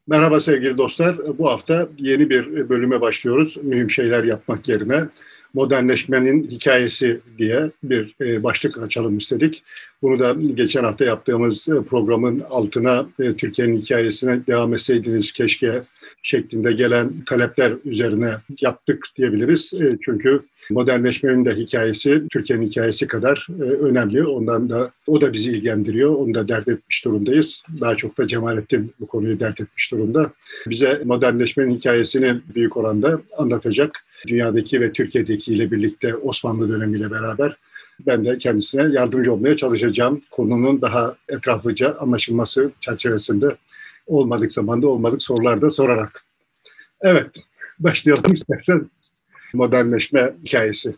Merhaba sevgili dostlar. Bu hafta yeni bir bölüme başlıyoruz. Mühim şeyler yapmak yerine modernleşmenin hikayesi diye bir başlık açalım istedik. Bunu da geçen hafta yaptığımız programın altına Türkiye'nin hikayesine devam etseydiniz keşke şeklinde gelen talepler üzerine yaptık diyebiliriz. Çünkü modernleşmenin de hikayesi Türkiye'nin hikayesi kadar önemli. Ondan da o da bizi ilgilendiriyor. Onu da dert etmiş durumdayız. Daha çok da Cemalettin bu konuyu dert etmiş durumda. Bize modernleşmenin hikayesini büyük oranda anlatacak. Dünyadaki ve Türkiye'deki ile birlikte Osmanlı dönemiyle beraber ben de kendisine yardımcı olmaya çalışacağım. Konunun daha etraflıca anlaşılması çerçevesinde olmadık zamanda olmadık sorular da sorarak. Evet, başlayalım istersen modernleşme hikayesi.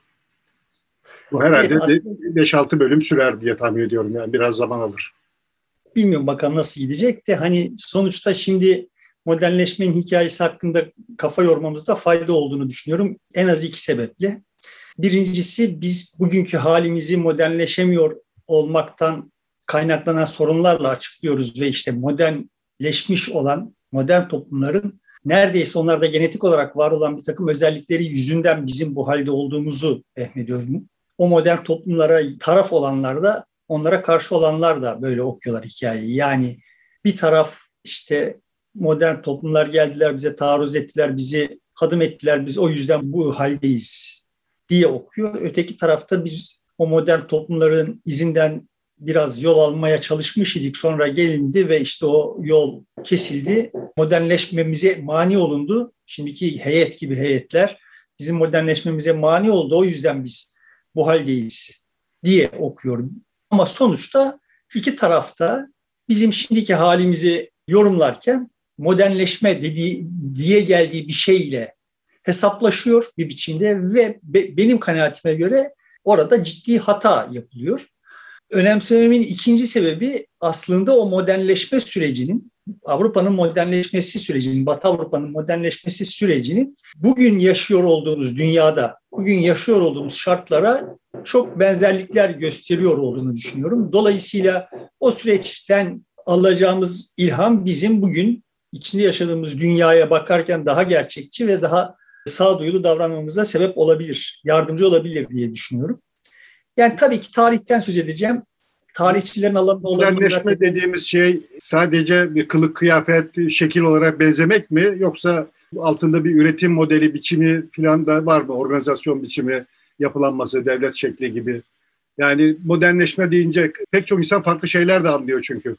Bu herhalde Evet, 5-6 bölüm sürer diye tahmin ediyorum. Yani biraz zaman alır. bilmiyorum bakalım nasıl gidecek de hani sonuçta şimdi modernleşmenin hikayesi hakkında kafa yormamızda fayda olduğunu düşünüyorum. En az iki sebeple. Birincisi biz bugünkü halimizi modernleşemiyor olmaktan kaynaklanan sorunlarla açıklıyoruz ve işte modernleşmiş olan modern toplumların neredeyse onlarda genetik olarak var olan bir takım özellikleri yüzünden bizim bu halde olduğumuzu fehmediyoruz. O modern toplumlara taraf olanlar da onlara karşı olanlar da böyle okuyorlar hikayeyi. Yani bir taraf işte modern toplumlar geldiler bize taarruz ettiler, bizi hadım ettiler, biz o yüzden bu haldeyiz diye okuyor. Öteki tarafta biz o modern toplumların izinden biraz yol almaya çalışmış idik. Sonra gelindi ve işte o yol kesildi. Modernleşmemize mani olundu. Şimdiki heyet gibi heyetler bizim modernleşmemize mani oldu. O yüzden biz bu haldeyiz diye okuyorum. Ama sonuçta iki tarafta bizim şimdiki halimizi yorumlarken modernleşme diye geldiği bir şeyle hesaplaşıyor bir biçimde ve benim kanaatime göre orada ciddi hata yapılıyor. Önemsememin ikinci sebebi aslında o modernleşme sürecinin, Avrupa'nın modernleşmesi sürecinin, Batı Avrupa'nın modernleşmesi sürecinin bugün yaşıyor olduğumuz dünyada, bugün yaşıyor olduğumuz şartlara çok benzerlikler gösteriyor olduğunu düşünüyorum. Dolayısıyla o süreçten alacağımız ilham bizim bugün içinde yaşadığımız dünyaya bakarken daha gerçekçi ve daha sağduyulu davranmamıza sebep olabilir, yardımcı olabilir diye düşünüyorum. Yani tabii ki tarihten söz edeceğim. Tarihçilerin alanında olanını Modernleşme dediğimiz şey sadece bir kılık kıyafet, şekil olarak benzemek mi? Yoksa altında bir üretim modeli, biçimi falan da var mı? Organizasyon biçimi, yapılanması, devlet şekli gibi. Yani modernleşme deyince pek çok insan farklı şeyler de anlıyor çünkü.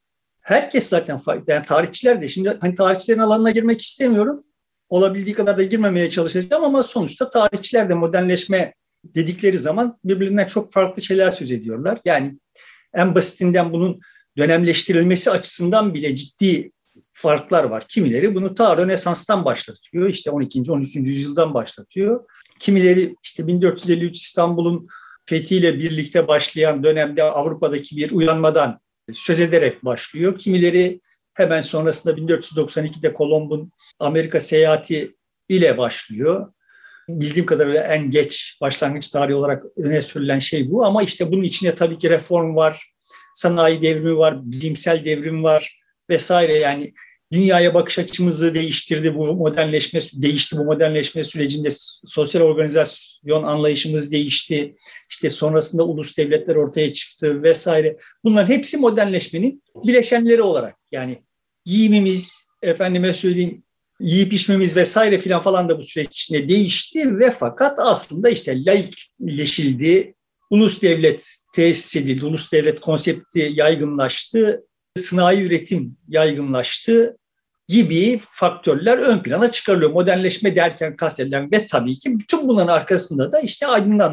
herkes zaten farklı. Yani tarihçiler de şimdi hani tarihçilerin alanına girmek istemiyorum. Olabildiği kadar da girmemeye çalışacağım ama sonuçta tarihçiler de modernleşme dedikleri zaman birbirinden çok farklı şeyler söz ediyorlar. Yani en basitinden bunun dönemleştirilmesi açısından bile ciddi farklar var. Kimileri bunu ta Rönesans'tan başlatıyor. İşte 12. 13. yüzyıldan başlatıyor. Kimileri işte 1453 İstanbul'un fethiyle birlikte başlayan dönemde Avrupa'daki bir uyanmadan söz ederek başlıyor. Kimileri hemen sonrasında 1492'de Kolomb'un Amerika seyahati ile başlıyor. Bildiğim kadarıyla en geç başlangıç tarihi olarak öne sürülen şey bu. Ama işte bunun içine tabii ki reform var, sanayi devrimi var, bilimsel devrim var vesaire. Yani dünyaya bakış açımızı değiştirdi bu modernleşme, değişti bu modernleşme sürecinde sosyal organizasyon anlayışımız değişti. İşte sonrasında ulus devletler ortaya çıktı vesaire. Bunların hepsi modernleşmenin bileşenleri olarak yani giyimimiz, efendime söyleyeyim yiyip içmemiz vesaire filan falan da bu süreç içinde değişti ve fakat aslında işte laikleşildi, ulus devlet tesis edildi, ulus devlet konsepti yaygınlaştı, sanayi üretim yaygınlaştı gibi faktörler ön plana çıkarılıyor. Modernleşme derken kastedilen ve tabii ki bütün bunların arkasında da işte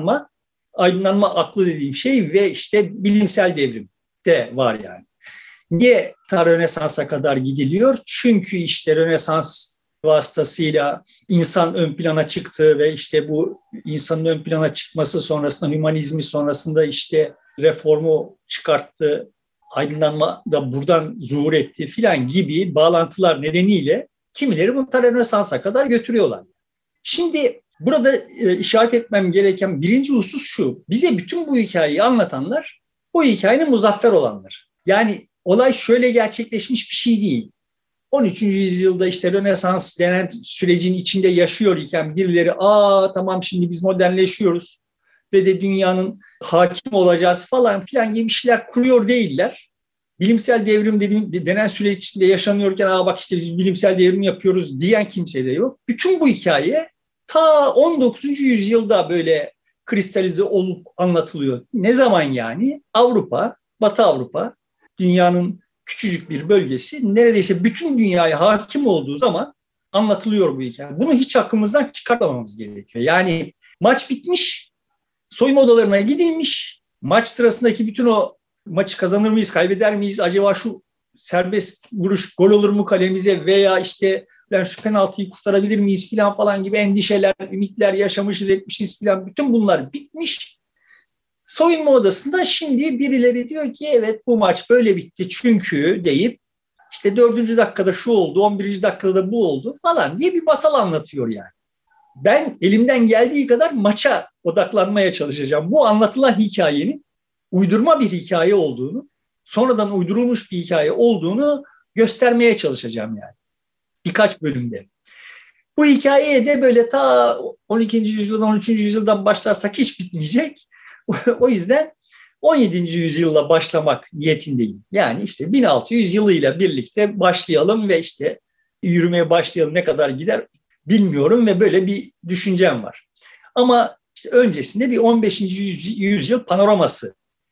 aydınlanma aklı dediğim şey ve işte bilimsel devrim de var yani. Niye ta Rönesans'a kadar gidiliyor? Çünkü işte Rönesans vasıtasıyla insan ön plana çıktı ve işte bu insanın ön plana çıkması sonrasında hümanizmi sonrasında işte reformu çıkarttı, aydınlanma da buradan zuhur etti filan gibi bağlantılar nedeniyle kimileri bunu ta Rönesans'a kadar götürüyorlar. Şimdi burada işaret etmem gereken birinci husus şu, bize bütün bu hikayeyi anlatanlar bu hikayenin muzaffer olanlar. Yani olay şöyle gerçekleşmiş bir şey değil. 13. yüzyılda işte Rönesans denen sürecin içinde yaşıyor iken birileri tamam şimdi biz modernleşiyoruz ve de dünyanın hakim olacağız falan filan gibi şeyler kuruyor değiller. Bilimsel devrim denen süreç içinde yaşanıyorken bak işte biz bilimsel devrim yapıyoruz diyen kimse de yok. Bütün bu hikaye ta 19. yüzyılda böyle kristalize olup anlatılıyor. Ne zaman yani? Avrupa, Batı Avrupa, dünyanın küçücük bir bölgesi neredeyse bütün dünyaya hakim olduğu zaman anlatılıyor bu hikaye. Bunu hiç aklımızdan çıkarmamamız gerekiyor. Yani maç bitmiş, soyunma odalarına gidilmiş, maç sırasındaki bütün o maçı kazanır mıyız, kaybeder miyiz, acaba şu serbest vuruş gol olur mu kalemize veya işte şu penaltıyı kurtarabilir miyiz falan gibi endişeler, ümitler yaşamışız, etmişiz falan. Bütün bunlar bitmiş. Soyunma odasında şimdi birileri diyor ki evet bu maç böyle bitti çünkü deyip işte 4. dakikada şu oldu, 11. dakikada da bu oldu falan diye bir masal anlatıyor yani. Ben elimden geldiği kadar maça odaklanmaya çalışacağım. Bu anlatılan hikayenin uydurma bir hikaye olduğunu, sonradan uydurulmuş bir hikaye olduğunu göstermeye çalışacağım yani. Birkaç bölümde. Bu hikayeye de böyle ta 12. yüzyıldan 13. yüzyıldan başlarsak hiç bitmeyecek. O yüzden 17. yüzyılla başlamak niyetindeyim. Yani işte 1600 yılıyla birlikte başlayalım ve işte yürümeye başlayalım, ne kadar gider bilmiyorum ve böyle bir düşüncem var. Ama işte öncesinde bir 15. yüzyıl panoraması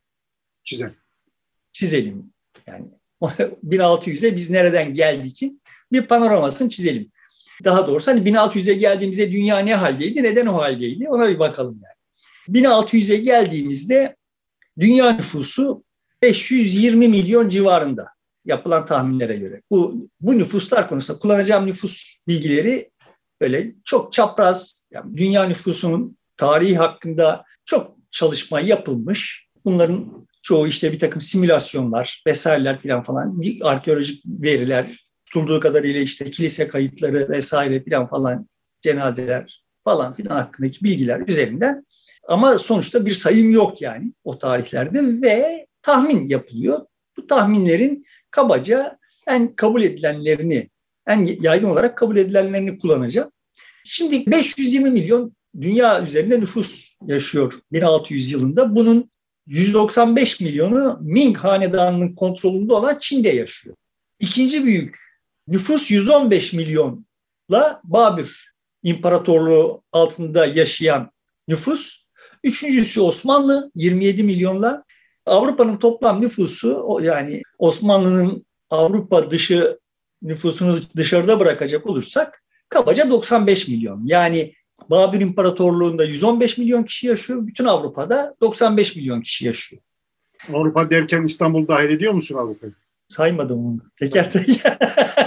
çizelim. Yani 1600'e biz nereden geldik ki bir panoramasını çizelim. Daha doğrusu hani 1600'e geldiğimizde dünya ne haldeydi, neden o haldeydi ona bir bakalım yani. 1600'e geldiğimizde dünya nüfusu 520 milyon civarında yapılan tahminlere göre. Bu nüfuslar konusunda kullanacağım nüfus bilgileri böyle çok çapraz. Yani dünya nüfusunun tarihi hakkında çok çalışma yapılmış. Bunların çoğu işte bir takım simülasyonlar vesaireler falan, arkeolojik veriler, tutulduğu kadarıyla işte kilise kayıtları vesaire falan, cenazeler falan filan hakkındaki bilgiler üzerinden. Ama sonuçta bir sayım yok yani o tarihlerde ve tahmin yapılıyor. Bu tahminlerin kabaca en kabul edilenlerini, en yaygın olarak kabul edilenlerini kullanacağım. Şimdi 520 milyon dünya üzerinde nüfus yaşıyor 1600 yılında. Bunun 195 milyonu Ming Hanedanı'nın kontrolünde olan Çin'de yaşıyor. İkinci büyük nüfus 115 milyonla Babür İmparatorluğu altında yaşayan nüfus. Üçüncüsü Osmanlı 27 milyonla. Avrupa'nın toplam nüfusu, yani Osmanlı'nın Avrupa dışı nüfusunu dışarıda bırakacak olursak kabaca 95 milyon. Yani Babür İmparatorluğu'nda 115 milyon kişi yaşıyor. Bütün Avrupa'da 95 milyon kişi yaşıyor. Avrupa derken İstanbul dahil ediyor musun Avrupa'yı? Saymadım onu. Teker teker.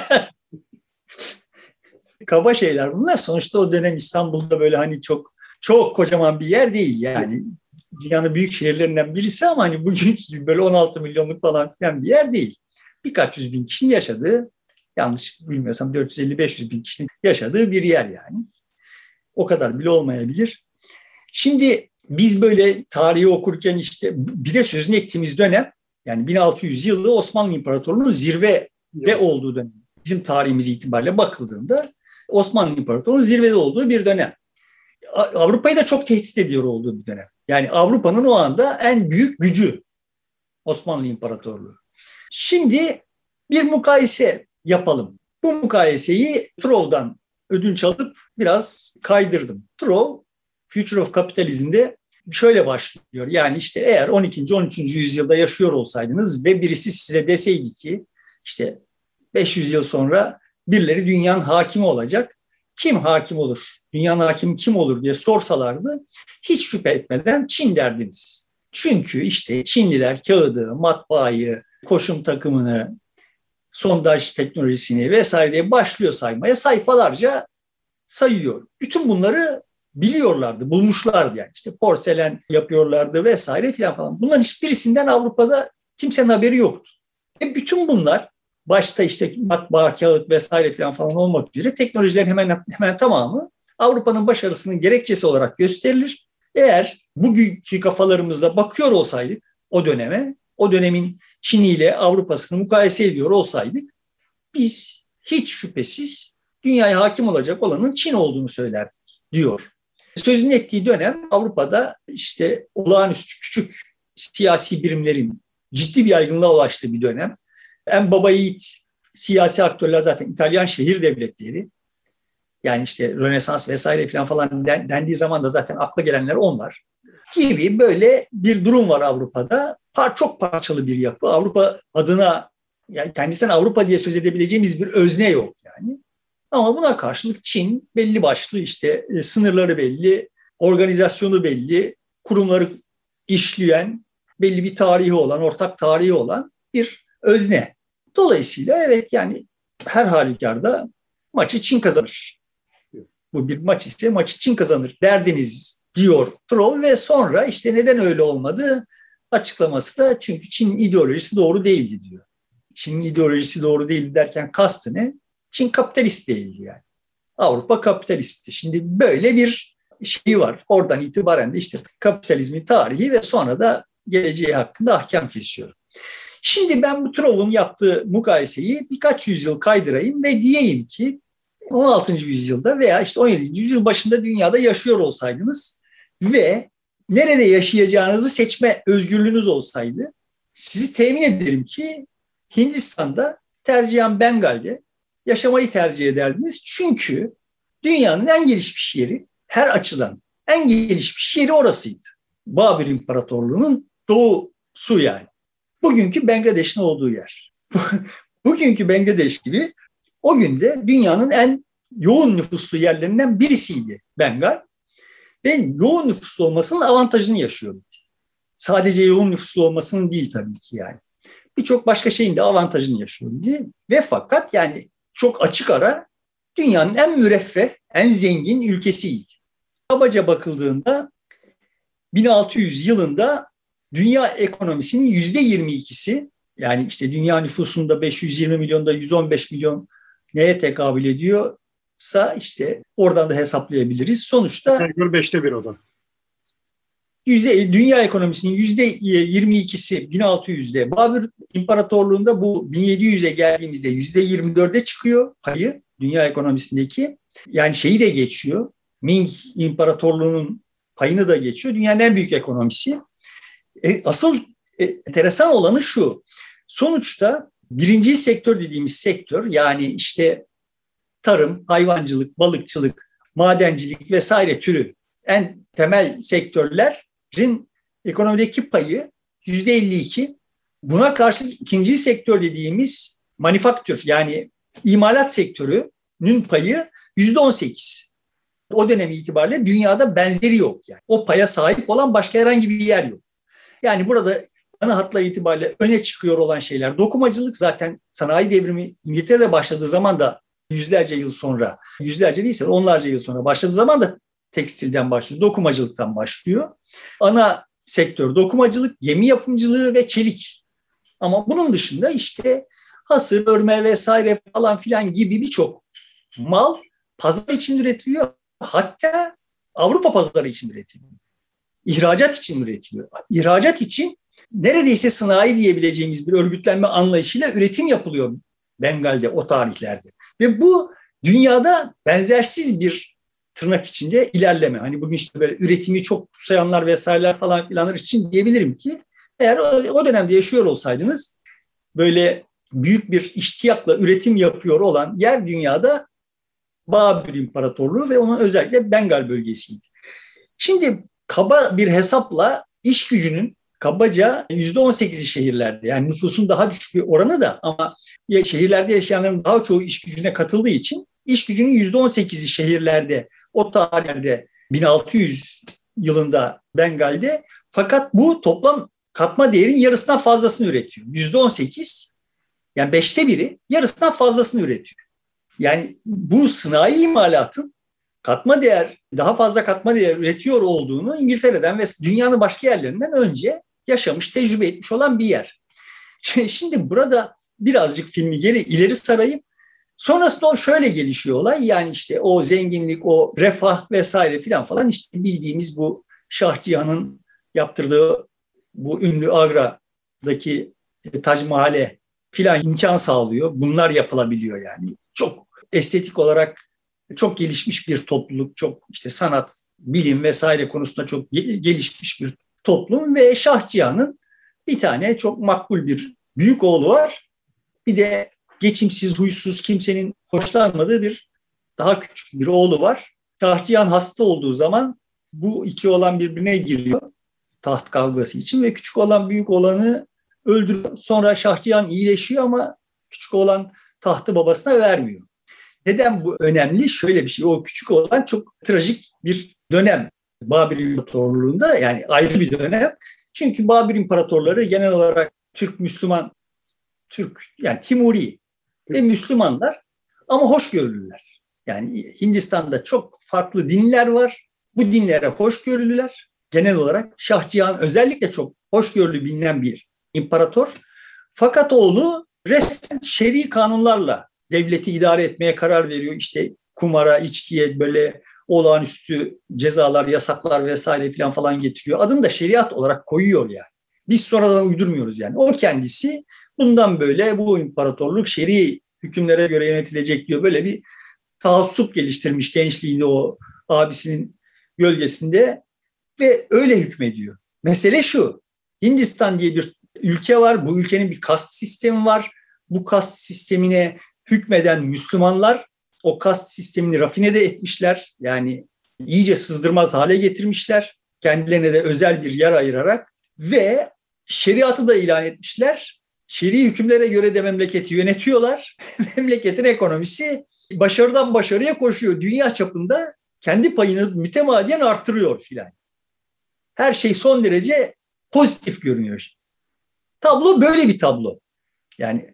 Kaba şeyler bunlar. Sonuçta o dönem İstanbul'da böyle hani çok kocaman bir yer değil. Yani dünyanın büyük şehirlerinden birisi ama hani bugünkü gibi böyle 16 milyonluk falan filan bir yer değil. Birkaç yüz bin kişinin yaşadığı, yanlış bilmiyorsam 450-500 bin kişinin yaşadığı bir yer yani. O kadar bile olmayabilir. Şimdi biz böyle tarihi okurken işte bir de sözünü ettiğimiz dönem, yani 1600 yılı Osmanlı İmparatorluğu'nun zirvede olduğu dönem. Bizim tarihimiz itibariyle bakıldığında Osmanlı İmparatorluğu'nun zirvede olduğu bir dönem. Avrupa'yı da çok tehdit ediyor olduğu bir dönem. Yani Avrupa'nın o anda en büyük gücü Osmanlı İmparatorluğu. Şimdi bir mukayese yapalım. Bu mukayeseyi Throw'dan ödünç alıp biraz kaydırdım. Throw, Future of Capitalism'de şöyle başlıyor. Yani işte eğer 12. 13. yüzyılda yaşıyor olsaydınız ve birisi size deseydi ki işte 500 yıl sonra birileri dünyanın hakimi olacak. Kim hakim olur? Dünyanın hakimi kim olur diye sorsalardı hiç şüphe etmeden Çin derdiniz. Çünkü işte Çinliler kağıdı, matbaayı, koşum takımını, sondaj teknolojisini vesaire diye başlıyor saymaya, sayfalarca sayıyor. Bütün bunları biliyorlardı, bulmuşlardı yani. İşte porselen yapıyorlardı vesaire falan. Bunların hiçbirisinden Avrupa'da kimsenin haberi yoktu. Bütün bunlar başta işte matbaa, kağıt vesaire falan olmak üzere teknolojilerin hemen tamamı Avrupa'nın başarısının gerekçesi olarak gösterilir. Eğer bugünkü kafalarımızda bakıyor olsaydık o döneme, o dönemin Çin'i ile Avrupa'sını mukayese ediyor olsaydık biz hiç şüphesiz dünyaya hakim olacak olanın Çin olduğunu söylerdik diyor. Sözünü ettiği dönem Avrupa'da işte olağanüstü küçük siyasi birimlerin ciddi bir yaygınlığa ulaştığı bir dönem. En baba yiğit siyasi aktörler zaten İtalyan şehir devletleri. Yani işte Rönesans vesaire falan dendiği zaman da zaten akla gelenler onlar. Gibi böyle bir durum var Avrupa'da. Çok parçalı bir yapı. Avrupa adına yani kendisinden Avrupa diye söz edebileceğimiz bir özne yok yani. Ama buna karşılık Çin belli başlı işte sınırları belli, organizasyonu belli, kurumları işleyen, belli bir tarihi olan, ortak tarihi olan bir özne. Dolayısıyla evet yani her halükarda maçı Çin kazanır. Bu bir maç ise maçı Çin kazanır derdiniz diyor Troll ve sonra işte neden öyle olmadı açıklaması da çünkü Çin'in ideolojisi doğru değildi diyor. Çin'in ideolojisi doğru değildi derken kastı ne? Çin kapitalist değildi yani. Avrupa kapitalistti. Şimdi böyle bir şey var. Oradan itibaren de işte kapitalizmin tarihi ve sonra da geleceği hakkında ahkam kesiyor. Şimdi ben bu Troll'un yaptığı mukayeseyi birkaç yüzyıl kaydırayım ve diyeyim ki 16. yüzyılda veya işte 17. yüzyıl başında dünyada yaşıyor olsaydınız ve nerede yaşayacağınızı seçme özgürlüğünüz olsaydı sizi temin ederim ki Hindistan'da tercihen Bengal'de yaşamayı tercih ederdiniz. Çünkü dünyanın en gelişmiş yeri her açıdan en gelişmiş yeri orasıydı. Babür İmparatorluğu'nun doğusu yani. Bugünkü Bangladeş'in olduğu yer. Bugünkü Bangladeş gibi o günde dünyanın en yoğun nüfuslu yerlerinden birisiydi Bengal. Ve yoğun nüfuslu olmasının avantajını yaşıyordu. Sadece yoğun nüfuslu olmasının değil tabii ki yani. Birçok başka şeyin de avantajını yaşıyordu. Ve fakat yani çok açık ara dünyanın en müreffeh, en zengin ülkesiydi. Kabaca bakıldığında 1600 yılında dünya ekonomisinin %22'si yani işte dünya nüfusunda 520 milyonda 115 milyon neye tekabül ediyorsa işte oradan da hesaplayabiliriz. Sonuçta 5'te 1 o da. Dünya ekonomisinin %22'si 1600'de. Babür İmparatorluğu'nda bu 1700'e geldiğimizde %24'e çıkıyor payı dünya ekonomisindeki. Yani şeyi de geçiyor. Ming İmparatorluğu'nun payını da geçiyor. Dünyanın en büyük ekonomisi. Asıl enteresan olanı şu. Sonuçta birincil sektör dediğimiz sektör yani işte tarım, hayvancılık, balıkçılık, madencilik vesaire türü en temel sektörlerin ekonomideki payı %52. Buna karşı ikinci sektör dediğimiz manifaktür yani imalat sektörünün payı %18. O dönem itibariyle dünyada benzeri yok yani. O paya sahip olan başka herhangi bir yer yok. Yani burada ana hatlar itibariyle öne çıkıyor olan şeyler. Dokumacılık zaten sanayi devrimi İngiltere'de başladığı zaman da yüzlerce yıl sonra, yüzlerce değilse onlarca yıl sonra başladığı zaman da tekstilden başlıyor, dokumacılıktan başlıyor. Ana sektör dokumacılık, gemi yapımcılığı ve çelik. Ama bunun dışında işte hasır, örme vesaire falan filan gibi birçok mal pazar için üretiliyor. Hatta Avrupa pazarı için üretiliyor. İhracat için üretiliyor. İhracat için neredeyse sanayi diyebileceğimiz bir örgütlenme anlayışıyla üretim yapılıyor Bengal'de o tarihlerde. Ve bu dünyada benzersiz bir tırnak içinde ilerleme. Hani bugün işte böyle üretimi çok sayanlar vesaireler falan filanlar için diyebilirim ki eğer o dönemde yaşıyor olsaydınız böyle büyük bir iştiyakla üretim yapıyor olan yer dünyada Babür İmparatorluğu ve onun özellikle Bengal bölgesiydi. Şimdi kaba bir hesapla iş gücünün kabaca %18'i şehirlerde yani nüfusun daha düşük bir oranı da ama şehirlerde yaşayanların daha çoğu iş gücüne katıldığı için iş gücünün %18'i şehirlerde o tarihlerde 1600 yılında Bengal'de fakat bu toplam katma değerin yarısından fazlasını üretiyor. %18 yani 5'te 1'i yarısından fazlasını üretiyor. Yani bu sanayi imalatın daha fazla katma değer üretiyor olduğunu İngiltere'den ve dünyanın başka yerlerinden önce yaşamış, tecrübe etmiş olan bir yer. Şimdi burada birazcık filmi ileri sarayım. Sonrasında şöyle gelişiyor olay. Yani işte o zenginlik, o refah vesaire filan falan işte bildiğimiz bu Şah Cihan'ın yaptırdığı bu ünlü Agra'daki Tac Mahal'e filan imkan sağlıyor. Bunlar yapılabiliyor yani. çok estetik olarak çok gelişmiş bir topluluk, çok işte sanat, bilim vesaire konusunda çok gelişmiş bir toplum ve Şah Cihan'ın bir tane çok makbul bir büyük oğlu var. Bir de geçimsiz, huysuz, kimsenin hoşlanmadığı bir daha küçük bir oğlu var. Şah Cihan hasta olduğu zaman bu iki oğlan birbirine giriyor taht kavgası için ve küçük olan büyük olanı öldürüyor. Sonra Şah Cihan iyileşiyor ama küçük oğlan tahtı babasına vermiyor. Neden bu önemli? Şöyle bir şey, o küçük oğlan çok trajik bir dönem Babür İmparatorluğu'nda, yani ayrı bir dönem. Çünkü Babür İmparatorları genel olarak Türk yani Timuri ve Müslümanlar ama hoşgörülüler. Yani Hindistan'da çok farklı dinler var. Bu dinlere hoşgörülüler. Genel olarak Şah Cihan özellikle çok hoşgörülü bilinen bir imparator. Fakat oğlu resmen şer'i kanunlarla devleti idare etmeye karar veriyor. İşte kumara, içkiye böyle olağanüstü cezalar, yasaklar vesaire falan getiriyor. Adını da şeriat olarak koyuyor yani. Biz sonradan uydurmuyoruz yani. O kendisi bundan böyle bu imparatorluk şer'i hükümlere göre yönetilecek diyor. Böyle bir taassup geliştirmiş gençliğinde o abisinin gölgesinde ve öyle hükmediyor. Mesele şu, Hindistan diye bir ülke var. Bu ülkenin bir kast sistemi var. Bu kast sistemine hükmeden Müslümanlar o kast sistemini rafine de etmişler. Yani iyice sızdırmaz hale getirmişler. Kendilerine de özel bir yer ayırarak ve şeriatı da ilan etmişler. Şer'i hükümlere göre de memleketi yönetiyorlar. Memleketin ekonomisi başarıdan başarıya koşuyor. Dünya çapında kendi payını mütemadiyen artırıyor filan. Her şey son derece pozitif görünüyor. Tablo böyle bir tablo. Yani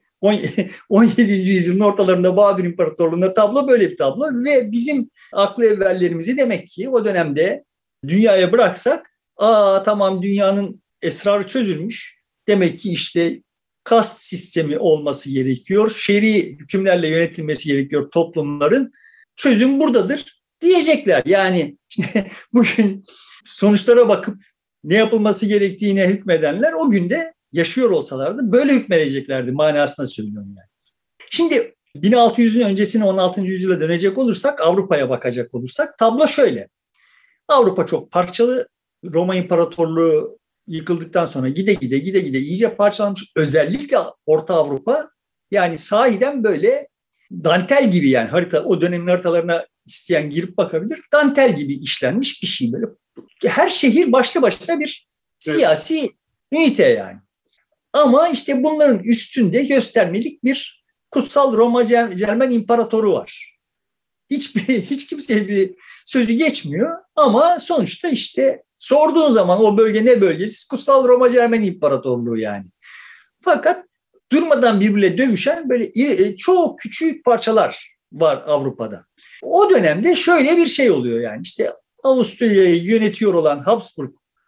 17. yüzyılın ortalarında Babür İmparatorluğu'nda tablo böyle bir tablo ve bizim aklı evvellerimizi demek ki o dönemde dünyaya bıraksak, tamam dünyanın esrarı çözülmüş. Demek ki işte kast sistemi olması gerekiyor. Şer'i hükümlerle yönetilmesi gerekiyor toplumların. Çözüm buradadır diyecekler. Yani işte bugün sonuçlara bakıp ne yapılması gerektiğine hükmedenler o günde yaşıyor olsalardı böyle hükmedeceklerdi manasına söylüyorum yani. Şimdi 1600'ün öncesine 16. yüzyıla dönecek olursak, Avrupa'ya bakacak olursak tablo şöyle. Avrupa çok parçalı. Roma İmparatorluğu yıkıldıktan sonra gide gide iyice parçalanmış. Özellikle Orta Avrupa yani sahiden böyle dantel gibi, yani o dönemin haritalarına isteyen girip bakabilir. Dantel gibi işlenmiş bir şey böyle. Her şehir başlı başına bir siyasi ünite yani. Ama işte bunların üstünde göstermelik bir kutsal Roma Cermen İmparatoru var. Hiç kimseye bir sözü geçmiyor ama sonuçta işte sorduğun zaman o bölge ne bölgesi? Kutsal Roma Cermen İmparatorluğu yani. Fakat durmadan birbirle dövüşen böyle çok küçük parçalar var Avrupa'da. O dönemde şöyle bir şey oluyor yani işte Avusturya'yı yönetiyor olan Habsburg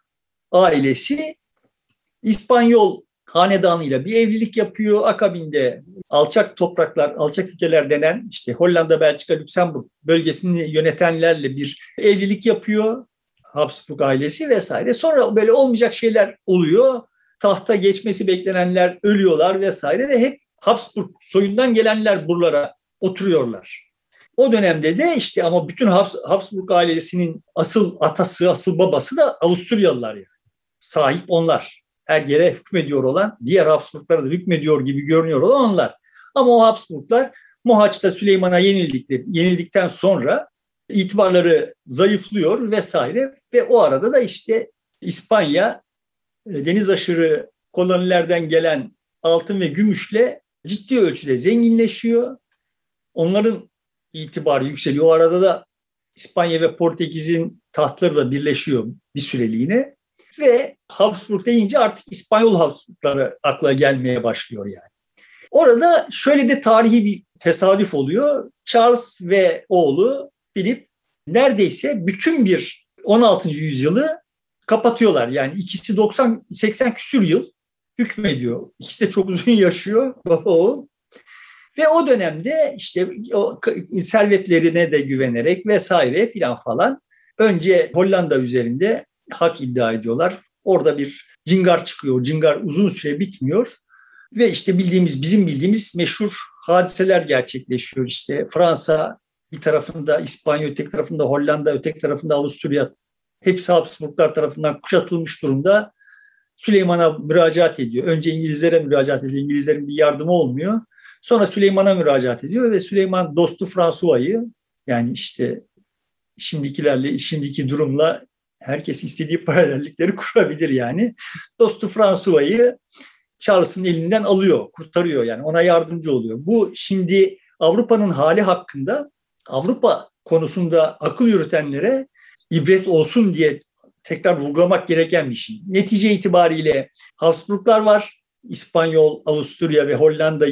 ailesi İspanyol hanedanıyla bir evlilik yapıyor. Akabinde alçak topraklar, alçak ülkeler denen işte Hollanda, Belçika, Lüksemburg bölgesini yönetenlerle bir evlilik yapıyor Habsburg ailesi vesaire. Sonra böyle olmayacak şeyler oluyor. Tahta geçmesi beklenenler ölüyorlar vesaire ve hep Habsburg soyundan gelenler buralara oturuyorlar. O dönemde de işte ama bütün Habsburg ailesinin asıl atası, asıl babası da Avusturyalılar yani. Sahip onlar. Her yere hükmediyor olan, diğer Habsburglara da hükmediyor gibi görünüyor olan onlar. Ama o Habsburglar Mohaç'ta Süleyman'a yenildikten sonra itibarları zayıflıyor vesaire ve o arada da işte İspanya deniz aşırı kolonilerden gelen altın ve gümüşle ciddi ölçüde zenginleşiyor. Onların itibarı yükseliyor. O arada da İspanya ve Portekiz'in tahtları da birleşiyor bir süreliğine. Ve Habsburg deyince artık İspanyol Habsburgları akla gelmeye başlıyor yani. Orada şöyle de tarihi bir tesadüf oluyor. Charles ve oğlu Philip neredeyse bütün bir 16. yüzyılı kapatıyorlar. Yani ikisi 80 küsür yıl hükmediyor. İkisi de çok uzun yaşıyor baba oğul. Ve o dönemde işte o servetlerine de güvenerek vesaire falan önce Hollanda üzerinde hak iddia ediyorlar. Orada bir cingar çıkıyor. Cingar uzun süre bitmiyor. Ve işte bizim bildiğimiz meşhur hadiseler gerçekleşiyor işte. Fransa bir tarafında, İspanya öteki tarafında, Hollanda öteki tarafında, Avusturya, hepsi Habsburglar tarafından kuşatılmış durumda. Süleyman'a müracaat ediyor. Önce İngilizlere müracaat ediyor. İngilizlerin bir yardımı olmuyor. Sonra Süleyman'a müracaat ediyor ve Süleyman dostu François'yı, yani işte şimdiki durumla herkes istediği paralellikleri kurabilir yani. Dostu François'yı Charles'ın elinden alıyor, kurtarıyor, yani ona yardımcı oluyor. Bu şimdi Avrupa'nın hali hakkında, Avrupa konusunda akıl yürütenlere ibret olsun diye tekrar vurgulamak gereken bir şey. Netice itibariyle Habsburglar var. İspanyol, Avusturya ve Hollanda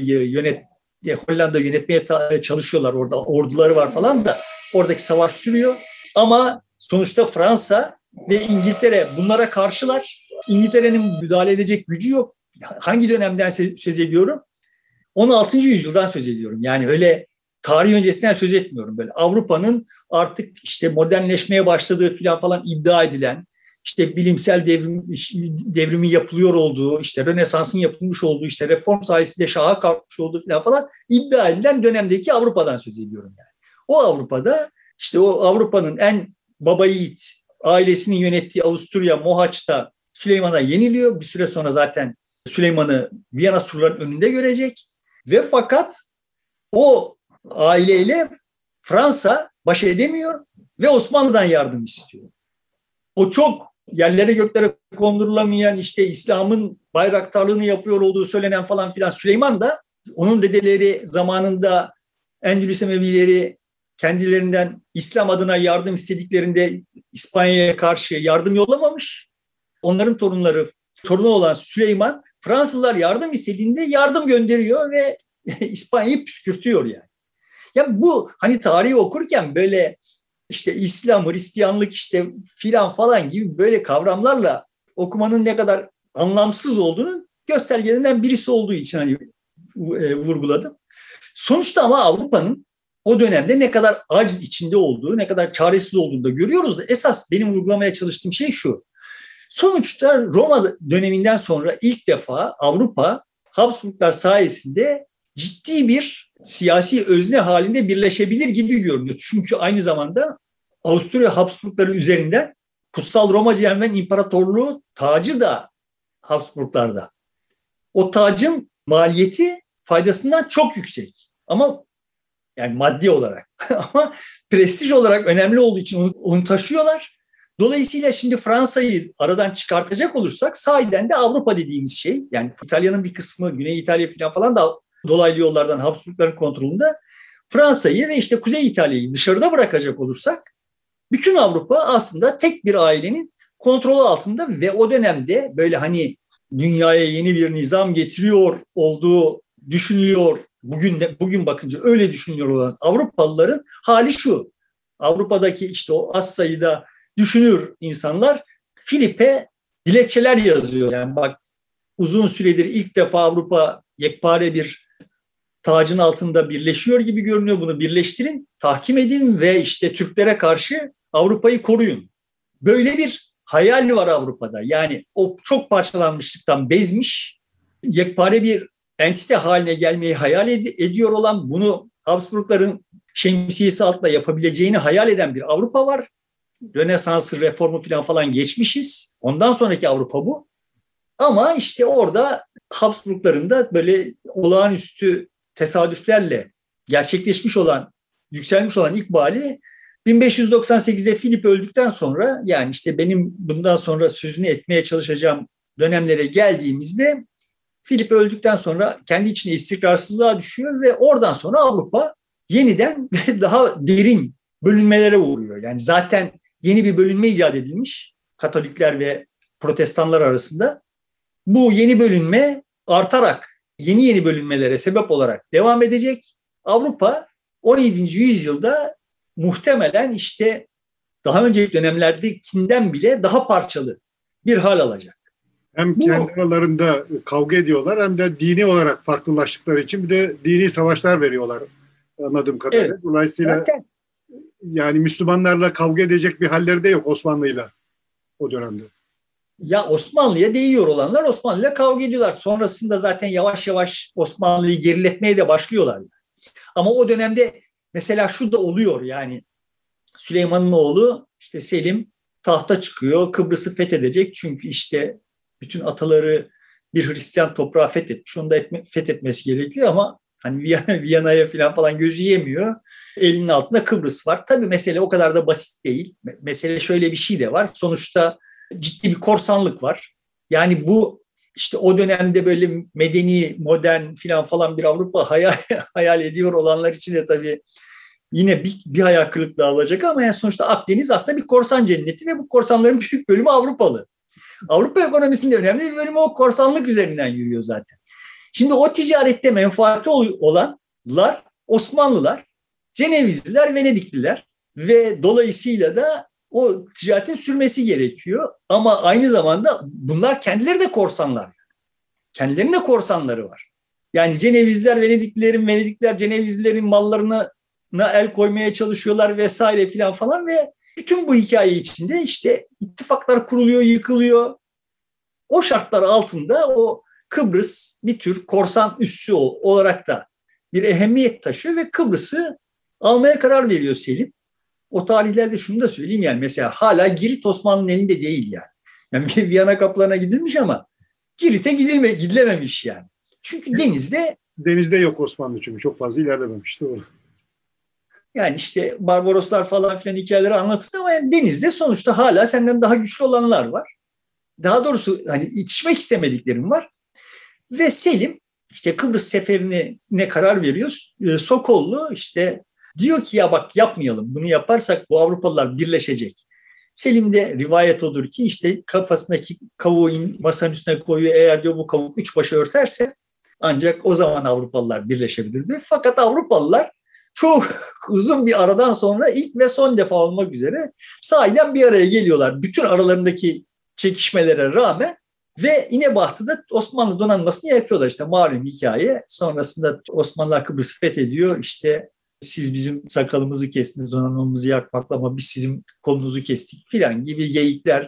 yönetmeye çalışıyorlar. Orada orduları var falan da oradaki savaş sürüyor. Ama sonuçta Fransa ve İngiltere bunlara karşılar. İngiltere'nin müdahale edecek gücü yok. Hangi dönemden söz ediyorum? 16. yüzyıldan söz ediyorum. Yani öyle tarih öncesinden söz etmiyorum. Böyle Avrupa'nın artık işte modernleşmeye başladığı falan iddia edilen, işte bilimsel devrimi yapılıyor olduğu, işte Rönesans'ın yapılmış olduğu, işte reform sayesinde şaha kalkmış olduğu falan iddia edilen dönemdeki Avrupa'dan söz ediyorum yani. O Avrupa'da işte o Avrupa'nın en baba yiğit ailesinin yönettiği Avusturya Mohaç'ta Süleyman'a yeniliyor. Bir süre sonra zaten Süleyman'ı Viyana surlarının önünde görecek ve fakat o aileyle Fransa baş edemiyor ve Osmanlı'dan yardım istiyor. O çok yerlere göklere kondurulamayan, işte İslam'ın bayraktarlığını yapıyor olduğu söylenen falan filan Süleyman da, onun dedeleri zamanında Endülüs Emevileri kendilerinden İslam adına yardım istediklerinde İspanya'ya karşı yardım yollamamış. Onların torunu olan Süleyman, Fransızlar yardım istediğinde yardım gönderiyor ve İspanya'yı püskürtüyor yani. Ya bu hani tarihi okurken böyle işte İslam, Hristiyanlık işte filan falan gibi böyle kavramlarla okumanın ne kadar anlamsız olduğunu göstergelerinden birisi olduğu için hani vurguladım. Sonuçta ama Avrupa'nın o dönemde ne kadar aciz içinde olduğu, ne kadar çaresiz olduğunu da görüyoruz da esas benim vurgulamaya çalıştığım şey şu. Sonuçta Roma döneminden sonra ilk defa Avrupa Habsburglar sayesinde ciddi bir siyasi özne halinde birleşebilir gibi görünüyor. Çünkü aynı zamanda Avusturya Habsburgları üzerinden Kutsal Roma Cermen İmparatorluğu tacı da Habsburglarda. O tacın maliyeti faydasından çok yüksek. Ama yani maddi olarak ama prestij olarak önemli olduğu için onu taşıyorlar. Dolayısıyla şimdi Fransa'yı aradan çıkartacak olursak sahiden de Avrupa dediğimiz şey, yani İtalya'nın bir kısmı, Güney İtalya falan da dolaylı yollardan Habsburgların kontrolünde, Fransa'yı ve işte Kuzey İtalya'yı dışarıda bırakacak olursak bütün Avrupa aslında tek bir ailenin kontrolü altında ve o dönemde böyle hani dünyaya yeni bir nizam getiriyor olduğu düşünülüyor. Bugün bakınca öyle düşünüyor olan Avrupalıların hali şu. Avrupa'daki işte o az sayıda düşünür insanlar Filip'e dilekçeler yazıyor. Yani bak, uzun süredir ilk defa Avrupa yekpare bir tacın altında birleşiyor gibi görünüyor. Bunu birleştirin, tahkim edin ve işte Türklere karşı Avrupa'yı koruyun. Böyle bir hayal var Avrupa'da. Yani o çok parçalanmışlıktan bezmiş, yekpare bir entite haline gelmeyi hayal ediyor olan, bunu Habsburgların şemsiyesi altında yapabileceğini hayal eden bir Avrupa var. Rönesans'ı, reformu falan geçmişiz. Ondan sonraki Avrupa bu. Ama işte orada Habsburgların da böyle olağanüstü tesadüflerle gerçekleşmiş olan, yükselmiş olan ikbali 1598'de Filip öldükten sonra, yani işte benim bundan sonra sözünü etmeye çalışacağım dönemlere geldiğimizde, Filip öldükten sonra kendi içine istikrarsızlığa düşüyor ve oradan sonra Avrupa yeniden daha derin bölünmelere uğruyor. Yani zaten yeni bir bölünme icat edilmiş Katolikler ve Protestanlar arasında. Bu yeni bölünme artarak yeni bölünmelere sebep olarak devam edecek. Avrupa 17. yüzyılda muhtemelen işte daha önceki dönemlerdekinden bile daha parçalı bir hal alacak. Hem kendi aralarında kavga ediyorlar hem de dini olarak farklılaştıkları için bir de dini savaşlar veriyorlar anladığım kadarıyla. Evet, dolayısıyla zaten yani Müslümanlarla kavga edecek bir halleri de yok Osmanlı'yla o dönemde. Ya Osmanlı'ya değiyor olanlar Osmanlı'yla kavga ediyorlar. Sonrasında zaten yavaş yavaş Osmanlı'yı geriletmeye de başlıyorlar. Ama o dönemde mesela şu da oluyor, yani Süleyman'ın oğlu işte Selim tahta çıkıyor, Kıbrıs'ı fethedecek. Çünkü işte bütün ataları bir Hristiyan toprağı fethetmiş. Onu da fethetmesi gerekiyor ama hani Viyana'ya falan gözü yemiyor. Elinin altında Kıbrıs var. Tabii mesele o kadar da basit değil. Mesele şöyle bir şey de var. Sonuçta ciddi bir korsanlık var. Yani bu işte o dönemde böyle medeni, modern falan bir Avrupa hayal ediyor olanlar için de tabii yine bir hayal kırıklığı olacak ama yani sonuçta Akdeniz aslında bir korsan cenneti ve bu korsanların büyük bölümü Avrupalı. Avrupa ekonomisinde önemli bir bölümü o korsanlık üzerinden yürüyor zaten. Şimdi o ticarette menfaati olanlar Osmanlılar, Cenevizliler, Venedikliler ve dolayısıyla da o ticaretin sürmesi gerekiyor. Ama aynı zamanda bunlar kendileri de korsanlar. Kendilerinin de korsanları var. Yani Venedikliler Cenevizlilerin mallarına el koymaya çalışıyorlar vesaire falan ve bütün bu hikaye içinde işte ittifaklar kuruluyor, yıkılıyor. O şartlar altında o Kıbrıs bir tür korsan üssü olarak da bir ehemmiyet taşıyor ve Kıbrıs'ı almaya karar veriyor Selim. O tarihlerde şunu da söyleyeyim, yani mesela hala Girit Osmanlı'nın elinde değil yani. Yani Viyana kapılarına gidilmiş ama Girit'e gidilememiş yani. Çünkü denizde yok Osmanlı, çünkü çok fazla ilerlememiş, doğru. Yani işte Barbaroslar falan filan hikayeleri anlatılıyor ama yani denizde sonuçta hala senden daha güçlü olanlar var. Daha doğrusu hani itişmek istemediklerim var. Ve Selim işte Kıbrıs seferine karar veriyor. Sokollu işte diyor ki ya bak yapmayalım. Bunu yaparsak bu Avrupalılar birleşecek. Selim'de rivayet odur ki işte kafasındaki kavuğu masanın üstüne koyuyor. Eğer diyor bu kavuk üç başı örterse ancak o zaman Avrupalılar birleşebilir diyor. Fakat Avrupalılar çok uzun bir aradan sonra ilk ve son defa olmak üzere sahiden bir araya geliyorlar. Bütün aralarındaki çekişmelere rağmen ve İnebahtı'da Osmanlı donanmasını yakıyorlar. İşte malum hikaye. Sonrasında Osmanlılar Kıbrıs'ı fethediyor. İşte siz bizim sakalımızı kestiniz donanmamızı yakmakla ama biz sizin kolunuzu kestik filan gibi geyikler.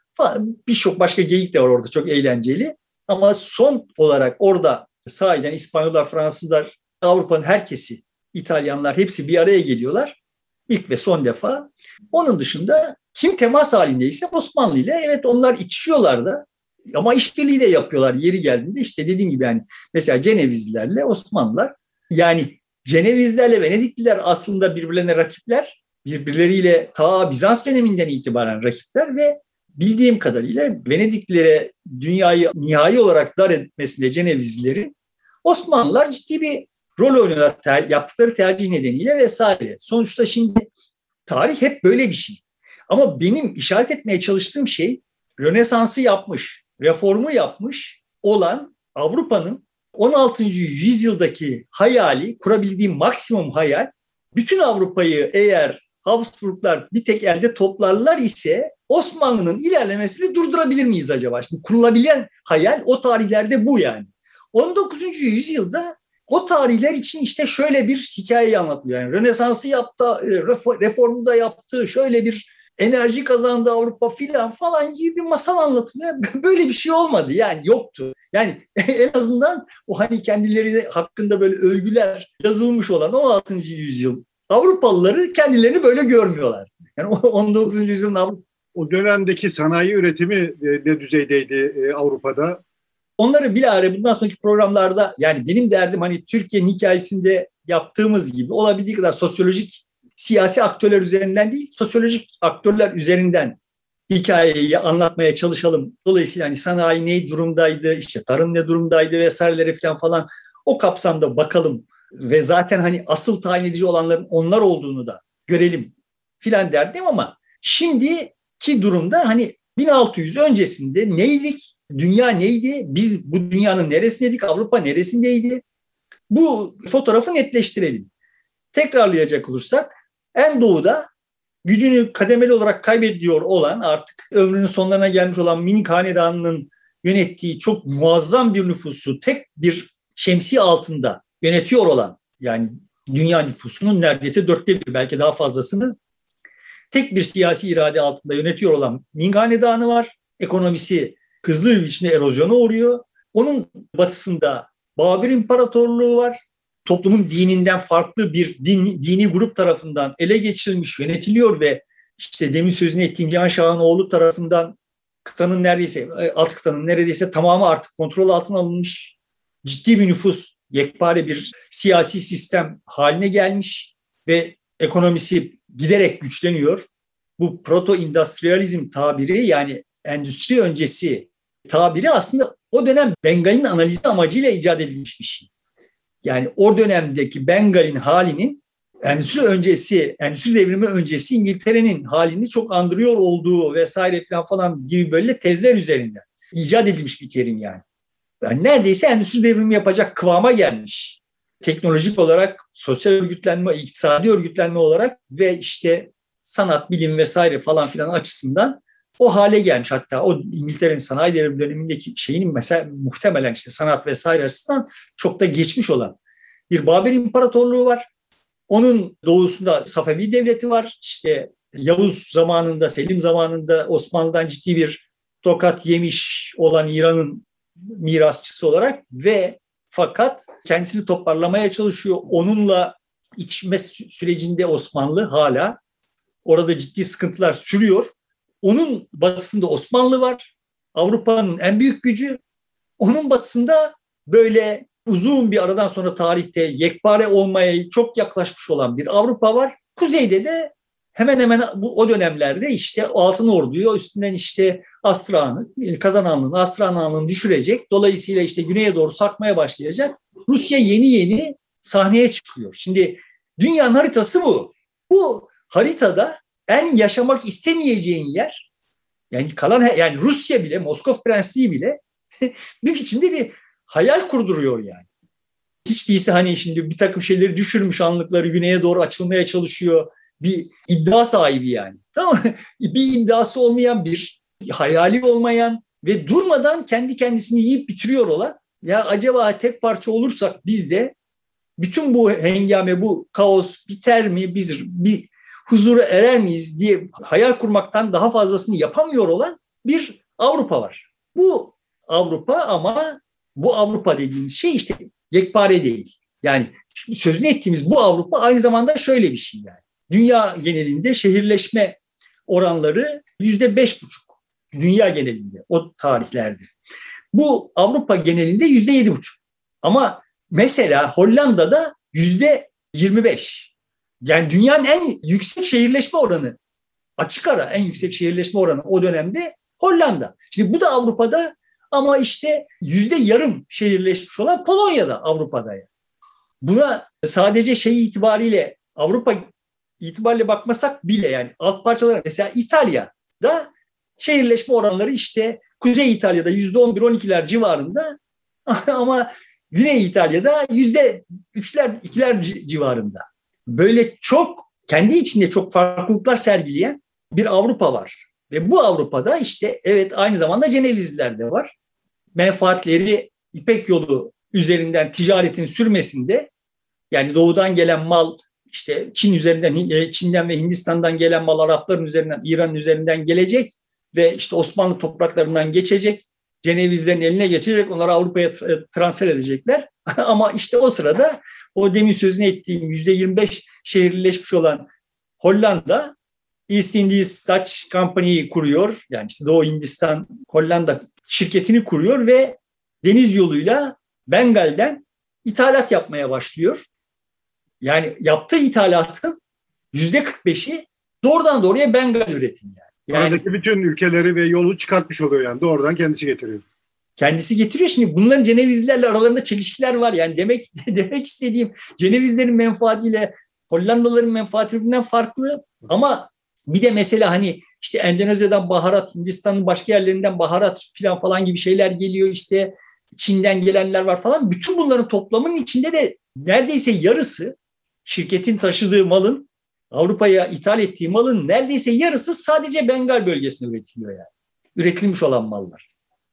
Birçok başka geyik de var orada, çok eğlenceli. Ama son olarak orada sahiden İspanyollar, Fransızlar, Avrupa'nın herkesi, İtalyanlar hepsi bir araya geliyorlar. İlk ve son defa. Onun dışında kim temas halindeyse Osmanlı ile, evet onlar içişiyorlar da ama işbirliği de yapıyorlar yeri geldiğinde. İşte dediğim gibi yani mesela Cenevizlilerle Osmanlılar, yani Cenevizlerle Venedikliler aslında birbirlerine rakipler. Birbirleriyle ta Bizans döneminden itibaren rakipler ve bildiğim kadarıyla Venediklilere dünyayı nihai olarak dar etmesinde Cenevizlilerin Osmanlılar ciddi bir rol oynuyorlar yaptıkları tercih nedeniyle vesaire. Sonuçta şimdi tarih hep böyle bir şey. Ama benim işaret etmeye çalıştığım şey Rönesans'ı yapmış, reformu yapmış olan Avrupa'nın 16. yüzyıldaki hayali, kurabildiği maksimum hayal, bütün Avrupa'yı eğer Habsburglar bir tek elde toplarlar ise Osmanlı'nın ilerlemesini durdurabilir miyiz acaba? Şimdi kurulabilen hayal o tarihlerde bu yani. 19. yüzyılda o tarihler için işte şöyle bir hikayeyi anlatılıyor. Yani Rönesans'ı yaptı, reformu da yaptı, şöyle bir enerji kazandı Avrupa falan gibi bir masal anlatılıyor. Böyle bir şey olmadı yani, yoktu. Yani en azından o hani kendileri hakkında böyle övgüler yazılmış olan 16. yüzyıl Avrupalıları kendilerini böyle görmüyorlar. Yani 19. yüzyılın Avrupa. O dönemdeki sanayi üretimi ne düzeydeydi Avrupa'da? Onları bilahare bundan sonraki programlarda, yani benim derdim hani Türkiye'nin hikayesinde yaptığımız gibi olabildiği kadar sosyolojik, siyasi aktörler üzerinden değil, sosyolojik aktörler üzerinden hikayeyi anlatmaya çalışalım. Dolayısıyla hani sanayi ne durumdaydı, işte tarım ne durumdaydı vesairelere falan o kapsamda bakalım ve zaten hani asıl tayin edici olanların onlar olduğunu da görelim derdim ama şimdiki durumda hani 1600 öncesinde neydik? Dünya neydi? Biz bu dünyanın neresindeydik? Avrupa neresindeydi? Bu fotoğrafı netleştirelim. Tekrarlayacak olursak en doğuda gücünü kademeli olarak kaybediyor olan, artık ömrünün sonlarına gelmiş olan minik hanedanının yönettiği çok muazzam bir nüfusu tek bir şemsiye altında yönetiyor olan, yani dünya nüfusunun neredeyse 1/4 belki daha fazlasını tek bir siyasi irade altında yönetiyor olan Ming Hanedanı var. ekonomisi hızlı bir biçimde erozyona uğruyor. Onun batısında Babür İmparatorluğu var. Toplumun dininden farklı bir dini grup tarafından ele geçirilmiş, yönetiliyor ve işte demin sözünü ettiğim Cihan Şah'ın oğlu tarafından kıtanın neredeyse, alt kıtanın neredeyse tamamı artık kontrol altına alınmış. Ciddi bir nüfus, yekpare bir siyasi sistem haline gelmiş ve ekonomisi giderek güçleniyor. Bu proto-industrializm tabiri, yani endüstri öncesi tabiri, aslında o dönem Bengal'in analizi amacıyla icat edilmiş bir şey. Yani o dönemdeki Bengal'in halinin endüstri öncesi, endüstri devrimi öncesi İngiltere'nin halini çok andırıyor olduğu vesaire falan gibi böyle tezler üzerinden icat edilmiş bir terim yani. Yani neredeyse endüstri devrimi yapacak kıvama gelmiş. Teknolojik olarak, sosyal örgütlenme, iktisadi örgütlenme olarak ve işte sanat, bilim vesaire falan filan açısından o hale gelmiş. Hatta o İngiltere'nin sanayi devrimi dönemindeki şeyinin mesela muhtemelen işte sanat vesaire açısından çok da geçmiş olan bir Babür İmparatorluğu var. Onun doğusunda Safevi Devleti var. İşte Yavuz zamanında, Selim zamanında Osmanlı'dan ciddi bir tokat yemiş olan İran'ın mirasçısı olarak ve fakat kendisini toparlamaya çalışıyor. Onunla itişme sürecinde Osmanlı hala orada ciddi sıkıntılar sürüyor. Onun batısında Osmanlı var. Avrupa'nın en büyük gücü. Onun batısında böyle uzun bir aradan sonra tarihte yekpare olmaya çok yaklaşmış olan bir Avrupa var. Kuzeyde de hemen hemen o dönemlerde işte Altın Ordu'yu üstünden işte Kazananlığını, Astranhanlığını düşürecek. Dolayısıyla işte güneye doğru sarkmaya başlayacak. Rusya yeni sahneye çıkıyor. Şimdi dünyanın haritası bu. Bu haritada en yaşamak istemeyeceğin yer, yani Rusya bile, Moskova Prensliği bile bir biçimde bir hayal kurduruyor yani. Hiç değilse hani şimdi bir takım şeyleri düşürmüş, anlıkları güneye doğru açılmaya çalışıyor. Bir iddia sahibi yani. Tamam mı? Bir iddiası olmayan, bir hayali olmayan ve durmadan kendi kendisini yiyip bitiriyor olan, ya acaba tek parça olursak biz de bütün bu hengame, bu kaos biter mi? Biz bir huzura erer miyiz diye hayal kurmaktan daha fazlasını yapamıyor olan bir Avrupa var. Bu Avrupa, ama bu Avrupa dediğimiz şey işte yekpare değil. Yani sözünü ettiğimiz bu Avrupa aynı zamanda şöyle bir şey yani. Dünya genelinde şehirleşme oranları %5,5. Dünya genelinde o tarihlerde. Bu Avrupa genelinde %7,5. Ama mesela Hollanda'da %25. Yani dünyanın en yüksek şehirleşme oranı, açık ara en yüksek şehirleşme oranı o dönemde Hollanda. Şimdi bu da Avrupa'da, ama işte %yarım şehirleşmiş olan Polonya'da, Avrupa'da. Yani. Buna sadece itibariyle, Avrupa itibariyle bakmasak bile, yani alt parçalara, mesela İtalya'da şehirleşme oranları işte Kuzey İtalya'da %11-12'ler civarında ama Güney İtalya'da %3'ler, 2'ler civarında. Böyle çok kendi içinde çok farklılıklar sergileyen bir Avrupa var. Ve bu Avrupa'da işte evet aynı zamanda Cenevizliler de var. Menfaatleri İpek Yolu üzerinden ticaretin sürmesinde, yani doğudan gelen mal işte Çin'den ve Hindistan'dan gelen mal Arapların üzerinden, İran'ın üzerinden gelecek ve işte Osmanlı topraklarından geçecek. Cenevizlerin eline geçecek, onları Avrupa'ya transfer edecekler. Ama işte o sırada o demin sözünü ettiğim %25 şehirleşmiş olan Hollanda, East Indies Dutch Company'yi kuruyor. Yani işte Doğu Hindistan Hollanda şirketini kuruyor ve deniz yoluyla Bengal'den ithalat yapmaya başlıyor. Yani yaptığı ithalatın %45'i doğrudan doğruya Bengal üretimi yani. Oradaki bütün ülkeleri ve yolu çıkartmış oluyor yani. Doğrudan kendisi getiriyor. Kendisi getiriyor. Şimdi bunların Cenevizlilerle aralarında çelişkiler var. Yani demek istediğim, Cenevizlerin menfaatiyle Hollandalıların menfaati birbirinden farklı. Ama bir de mesela hani işte Endonezya'dan baharat, Hindistan'ın başka yerlerinden baharat falan gibi şeyler geliyor. İşte Çin'den gelenler var falan. Bütün bunların toplamının içinde de neredeyse yarısı, şirketin taşıdığı malın, Avrupa'ya ithal ettiği malın neredeyse yarısı sadece Bengal bölgesinde üretiliyor yani. Üretilmiş olan mallar.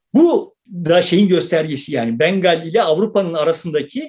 Bu da şeyin göstergesi, yani Bengal ile Avrupa'nın arasındaki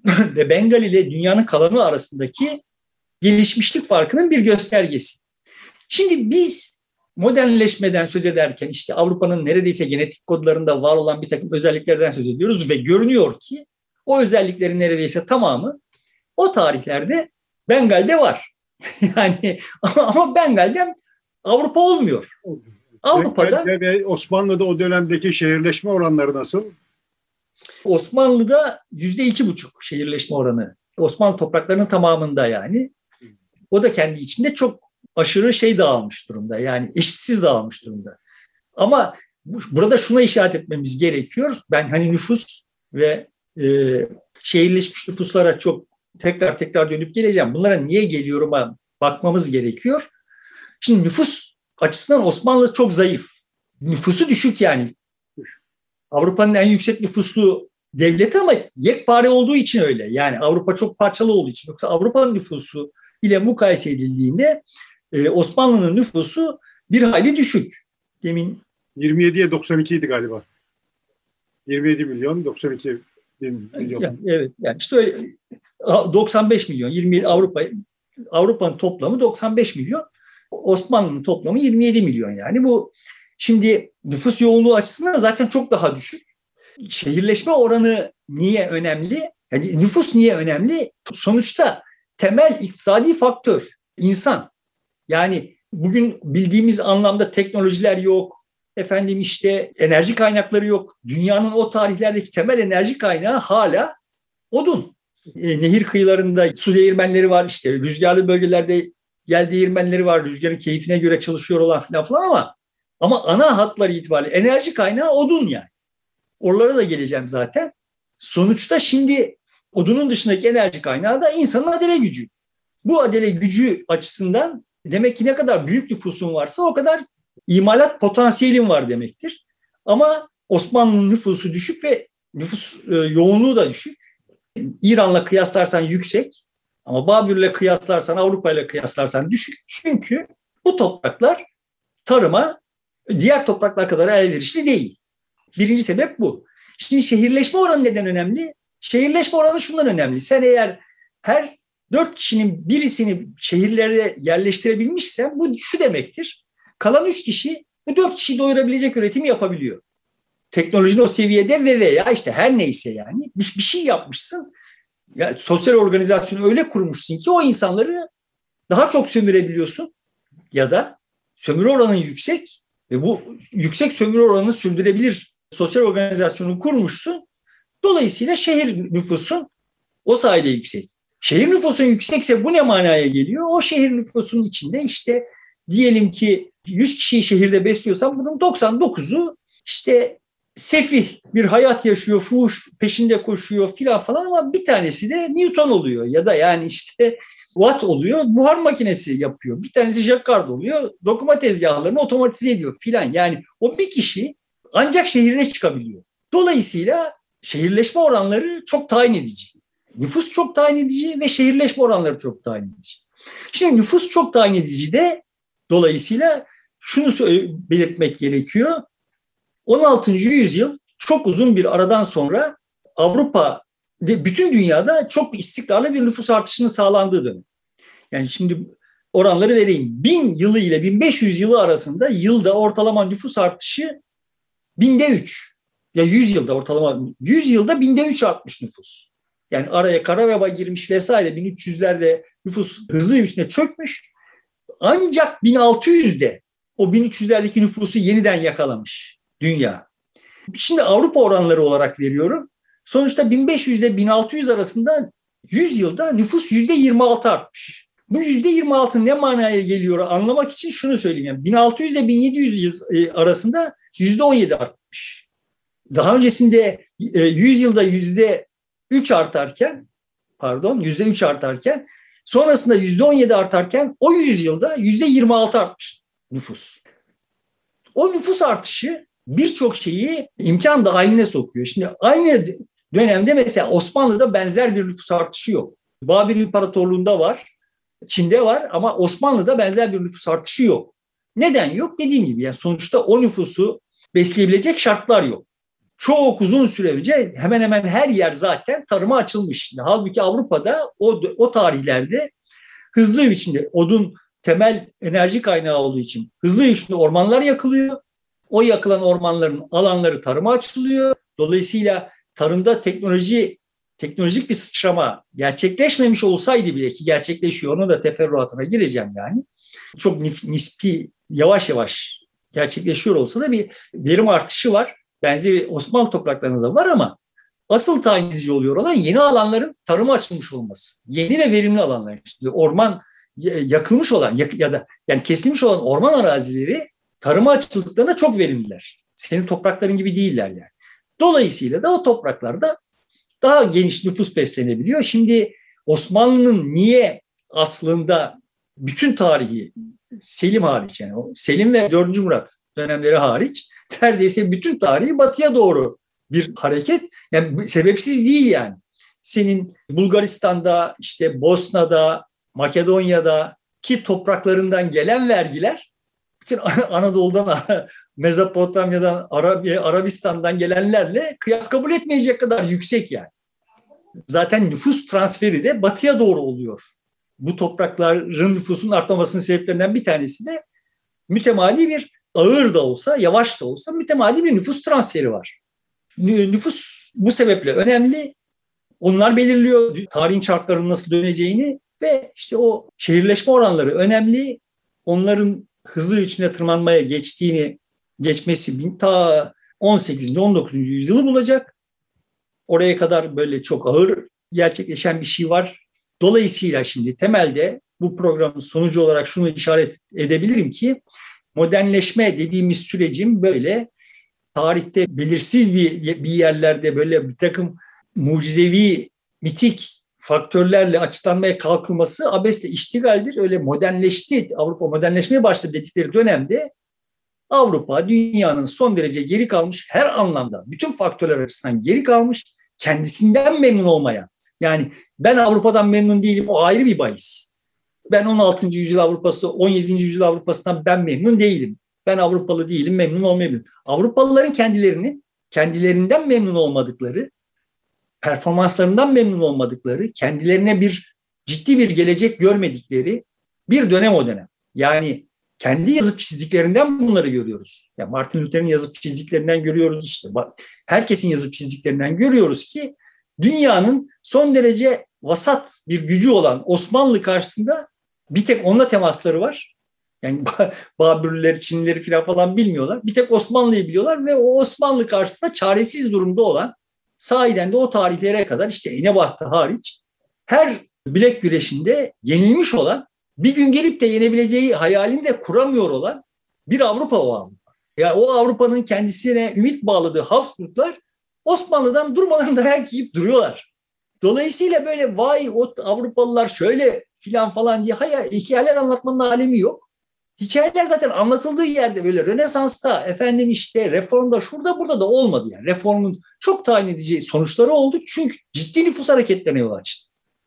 ve Bengal ile dünyanın kalanı arasındaki gelişmişlik farkının bir göstergesi. Şimdi biz modernleşmeden söz ederken işte Avrupa'nın neredeyse genetik kodlarında var olan bir takım özelliklerden söz ediyoruz ve görünüyor ki o özelliklerin neredeyse tamamı o tarihlerde Bengal'de var. Yani ama Bengal'de Avrupa olmuyor. Avrupa'da ve Osmanlı'da o dönemdeki şehirleşme oranları nasıl? Osmanlı'da %2,5 şehirleşme oranı. Osmanlı topraklarının tamamında yani. O da kendi içinde çok aşırı dağılmış durumda. Yani eşitsiz dağılmış durumda. Ama burada şuna işaret etmemiz gerekiyor. Ben hani nüfus ve şehirleşmiş nüfuslara çok tekrar dönüp geleceğim. Bunlara niye geliyorum'a bakmamız gerekiyor. Şimdi nüfus açısından Osmanlı çok zayıf. Nüfusu düşük yani. Avrupa'nın en yüksek nüfuslu devleti ama yekpare olduğu için öyle. Yani Avrupa çok parçalı olduğu için. Yoksa Avrupa'nın nüfusu ile mukayese edildiğinde Osmanlı'nın nüfusu bir hayli düşük. Demin 27'ye 92 idi galiba. 27 milyon 92 bin milyon. Yani, evet yani işte öyle 95 milyon 27 Avrupa'nın toplamı 95 milyon. Osmanlı'nın toplamı 27 milyon yani bu şimdi nüfus yoğunluğu açısından zaten çok daha düşük. Şehirleşme oranı niye önemli? Yani nüfus niye önemli? Sonuçta temel iktisadi faktör insan. Yani bugün bildiğimiz anlamda teknolojiler yok. Efendim işte enerji kaynakları yok. Dünyanın o tarihlerdeki temel enerji kaynağı hala odun. Nehir kıyılarında su değirmenleri var işte. Rüzgarlı bölgelerde yel değirmenleri var. Rüzgarın keyfine göre çalışıyor olan falan ama ana hatları itibariyle enerji kaynağı odun yani. Oralara da geleceğim zaten. Sonuçta şimdi odunun dışındaki enerji kaynağı da insanın adele gücü. Bu adele gücü açısından demek ki ne kadar büyük nüfusun varsa o kadar imalat potansiyelin var demektir. Ama Osmanlı'nın nüfusu düşük ve nüfus yoğunluğu da düşük. İran'la kıyaslarsan yüksek ama Babür'le kıyaslarsan, Avrupa'yla kıyaslarsan düşük. Çünkü bu topraklar tarıma diğer topraklar kadar elverişli değil. Birinci sebep bu. Şimdi şehirleşme oranı neden önemli? Şehirleşme oranı şundan önemli. Sen eğer her 4 kişinin birisini şehirlere yerleştirebilmişsen bu şu demektir. Kalan 3 kişi bu 4 kişiyi doyurabilecek üretimi yapabiliyor. Teknolojinin o seviyede veya işte her neyse yani bir şey yapmışsın. Ya, sosyal organizasyonu öyle kurmuşsun ki o insanları daha çok sömürebiliyorsun ya da sömürü oranı yüksek ve bu yüksek sömürü oranını sürdürebilir sosyal organizasyonu kurmuşsun. Dolayısıyla şehir nüfusun o sayede yüksek. Şehir nüfusun yüksekse bu ne manaya geliyor? O şehir nüfusunun içinde işte diyelim ki 100 kişiyi şehirde besliyorsan bunun 99'u işte sefih bir hayat yaşıyor, fuhuş peşinde koşuyor filan falan ama bir tanesi de Newton oluyor ya da yani işte Watt oluyor, buhar makinesi yapıyor. Bir tanesi Jacquard oluyor, dokuma tezgahlarını otomatize ediyor filan. Yani o bir kişi ancak şehirde çıkabiliyor. Dolayısıyla şehirleşme oranları çok tayin edici. Nüfus çok tayin edici ve şehirleşme oranları çok tayin edici. Şimdi nüfus çok tayin edici de dolayısıyla şunu belirtmek gerekiyor. 16. yüzyıl çok uzun bir aradan sonra Avrupa ve bütün dünyada çok istikrarlı bir nüfus artışının sağlandığı dönem. Yani şimdi oranları vereyim. 1000 yılı ile 1500 yılı arasında yılda ortalama nüfus artışı 3. Ya 100 yılda ortalama 100 yılda 3 artmış nüfus. Yani araya kara veba girmiş vesaire 1300'lerde nüfus hızlı üstüne çökmüş. Ancak 1600'de o 1300'lerdeki nüfusu yeniden yakalamış dünya. Şimdi Avrupa oranları olarak veriyorum. Sonuçta 1500 ile 1600 arasında 100 yılda nüfus %26 artmış. Bu %26 ne manaya geliyor anlamak için şunu söyleyeyim. Yani 1600 ile 1700 arasında %17 artmış. Daha öncesinde 100 yılda %3 artarken sonrasında %17 artarken o 100 yılda %26 artmış nüfus. O nüfus artışı birçok şeyi imkan dahiline sokuyor. Şimdi aynı dönemde mesela Osmanlı'da benzer bir nüfus artışı yok. Babil İmparatorluğu'nda var, Çin'de var ama Osmanlı'da benzer bir nüfus artışı yok. Neden yok? Dediğim gibi yani sonuçta o nüfusu besleyebilecek şartlar yok. Çok uzun süre önce hemen hemen her yer zaten tarıma açılmış. Halbuki Avrupa'da o tarihlerde hızlı bir biçimde odun temel enerji kaynağı olduğu için hızlı biçimde ormanlar yakılıyor. O yakılan ormanların alanları tarıma açılıyor. Dolayısıyla tarımda teknolojik bir sıçrama gerçekleşmemiş olsaydı bile, ki gerçekleşiyor, onun da teferruatına gireceğim yani. Çok nispi, yavaş yavaş gerçekleşiyor olsa da bir verim artışı var. Benzeri Osmanlı topraklarında da var ama asıl tayin edici oluyor olan yeni alanların tarıma açılmış olması. Yeni ve verimli alanlar. İşte orman yakılmış olan ya da yani kesilmiş olan orman arazileri tarıma açıldıklarında çok verimliler. Senin toprakların gibi değiller yani. Dolayısıyla da o topraklarda daha geniş nüfus beslenebiliyor. Şimdi Osmanlı'nın niye aslında bütün tarihi, Selim hariç yani Selim ve 4. Murat dönemleri hariç neredeyse bütün tarihi batıya doğru bir hareket. Yani sebepsiz değil yani. Senin Bulgaristan'da, işte Bosna'da, Makedonya'da ki topraklarından gelen vergiler, bütün Anadolu'dan, Mezopotamya'dan, Arabistan'dan gelenlerle kıyas kabul etmeyecek kadar yüksek yani. Zaten nüfus transferi de batıya doğru oluyor. Bu toprakların nüfusun artmamasının sebeplerinden bir tanesi de mütemadi bir, ağır da olsa, yavaş da olsa mütemadi bir nüfus transferi var. Nüfus bu sebeple önemli. Onlar belirliyor tarihin çarklarının nasıl döneceğini ve işte o şehirleşme oranları önemli. Onların hızlı içine tırmanmaya geçmesi ta 18. 19. yüzyılı bulacak. Oraya kadar böyle çok ağır gerçekleşen bir şey var. Dolayısıyla şimdi temelde bu programın sonucu olarak şunu işaret edebilirim ki modernleşme dediğimiz sürecin böyle tarihte belirsiz bir yerlerde böyle bir takım mucizevi, mitik faktörlerle açıklanmaya kalkılması abesle iştigaldir. Öyle modernleşti, Avrupa modernleşmeye başladı dedikleri dönemde Avrupa dünyanın son derece geri kalmış, her anlamda bütün faktörler açısından geri kalmış, kendisinden memnun olmayan. Yani ben Avrupa'dan memnun değilim, o ayrı bir bahis. Ben 16. yüzyıl Avrupası, 17. yüzyıl Avrupa'sından ben memnun değilim. Ben Avrupalı değilim, memnun olmayabilirim. Avrupalıların kendilerinden memnun olmadıkları, performanslarından memnun olmadıkları, kendilerine ciddi bir gelecek görmedikleri bir dönem o dönem. Yani kendi yazıp çizdiklerini bunları görüyoruz. Ya Martin Luther'in yazıp çizdiklerinden görüyoruz işte. Herkesin yazıp çizdiklerinden görüyoruz ki dünyanın son derece vasat bir gücü olan Osmanlı karşısında bir tek onunla temasları var. Yani Babürleri, Çinlileri falan bilmiyorlar. Bir tek Osmanlı'yı biliyorlar ve o Osmanlı karşısında çaresiz durumda olan, sahiden de o tarihlere kadar işte Enebahtı hariç her bilek güreşinde yenilmiş olan, bir gün gelip de yenebileceği hayalini de kuramıyor olan bir Avrupa o Avrupa. Yani o Avrupa'nın kendisine ümit bağladığı Habsburglar Osmanlı'dan durmadan dayak yiyip duruyorlar. Dolayısıyla böyle vay o Avrupalılar şöyle filan falan diye hikayeler anlatmanın alemi yok. Hikayeler zaten anlatıldığı yerde böyle Rönesans'ta, efendim işte reformda, şurada burada da olmadı yani. Reformun çok tayin edici sonuçları oldu çünkü ciddi nüfus hareketlerine yol açtı.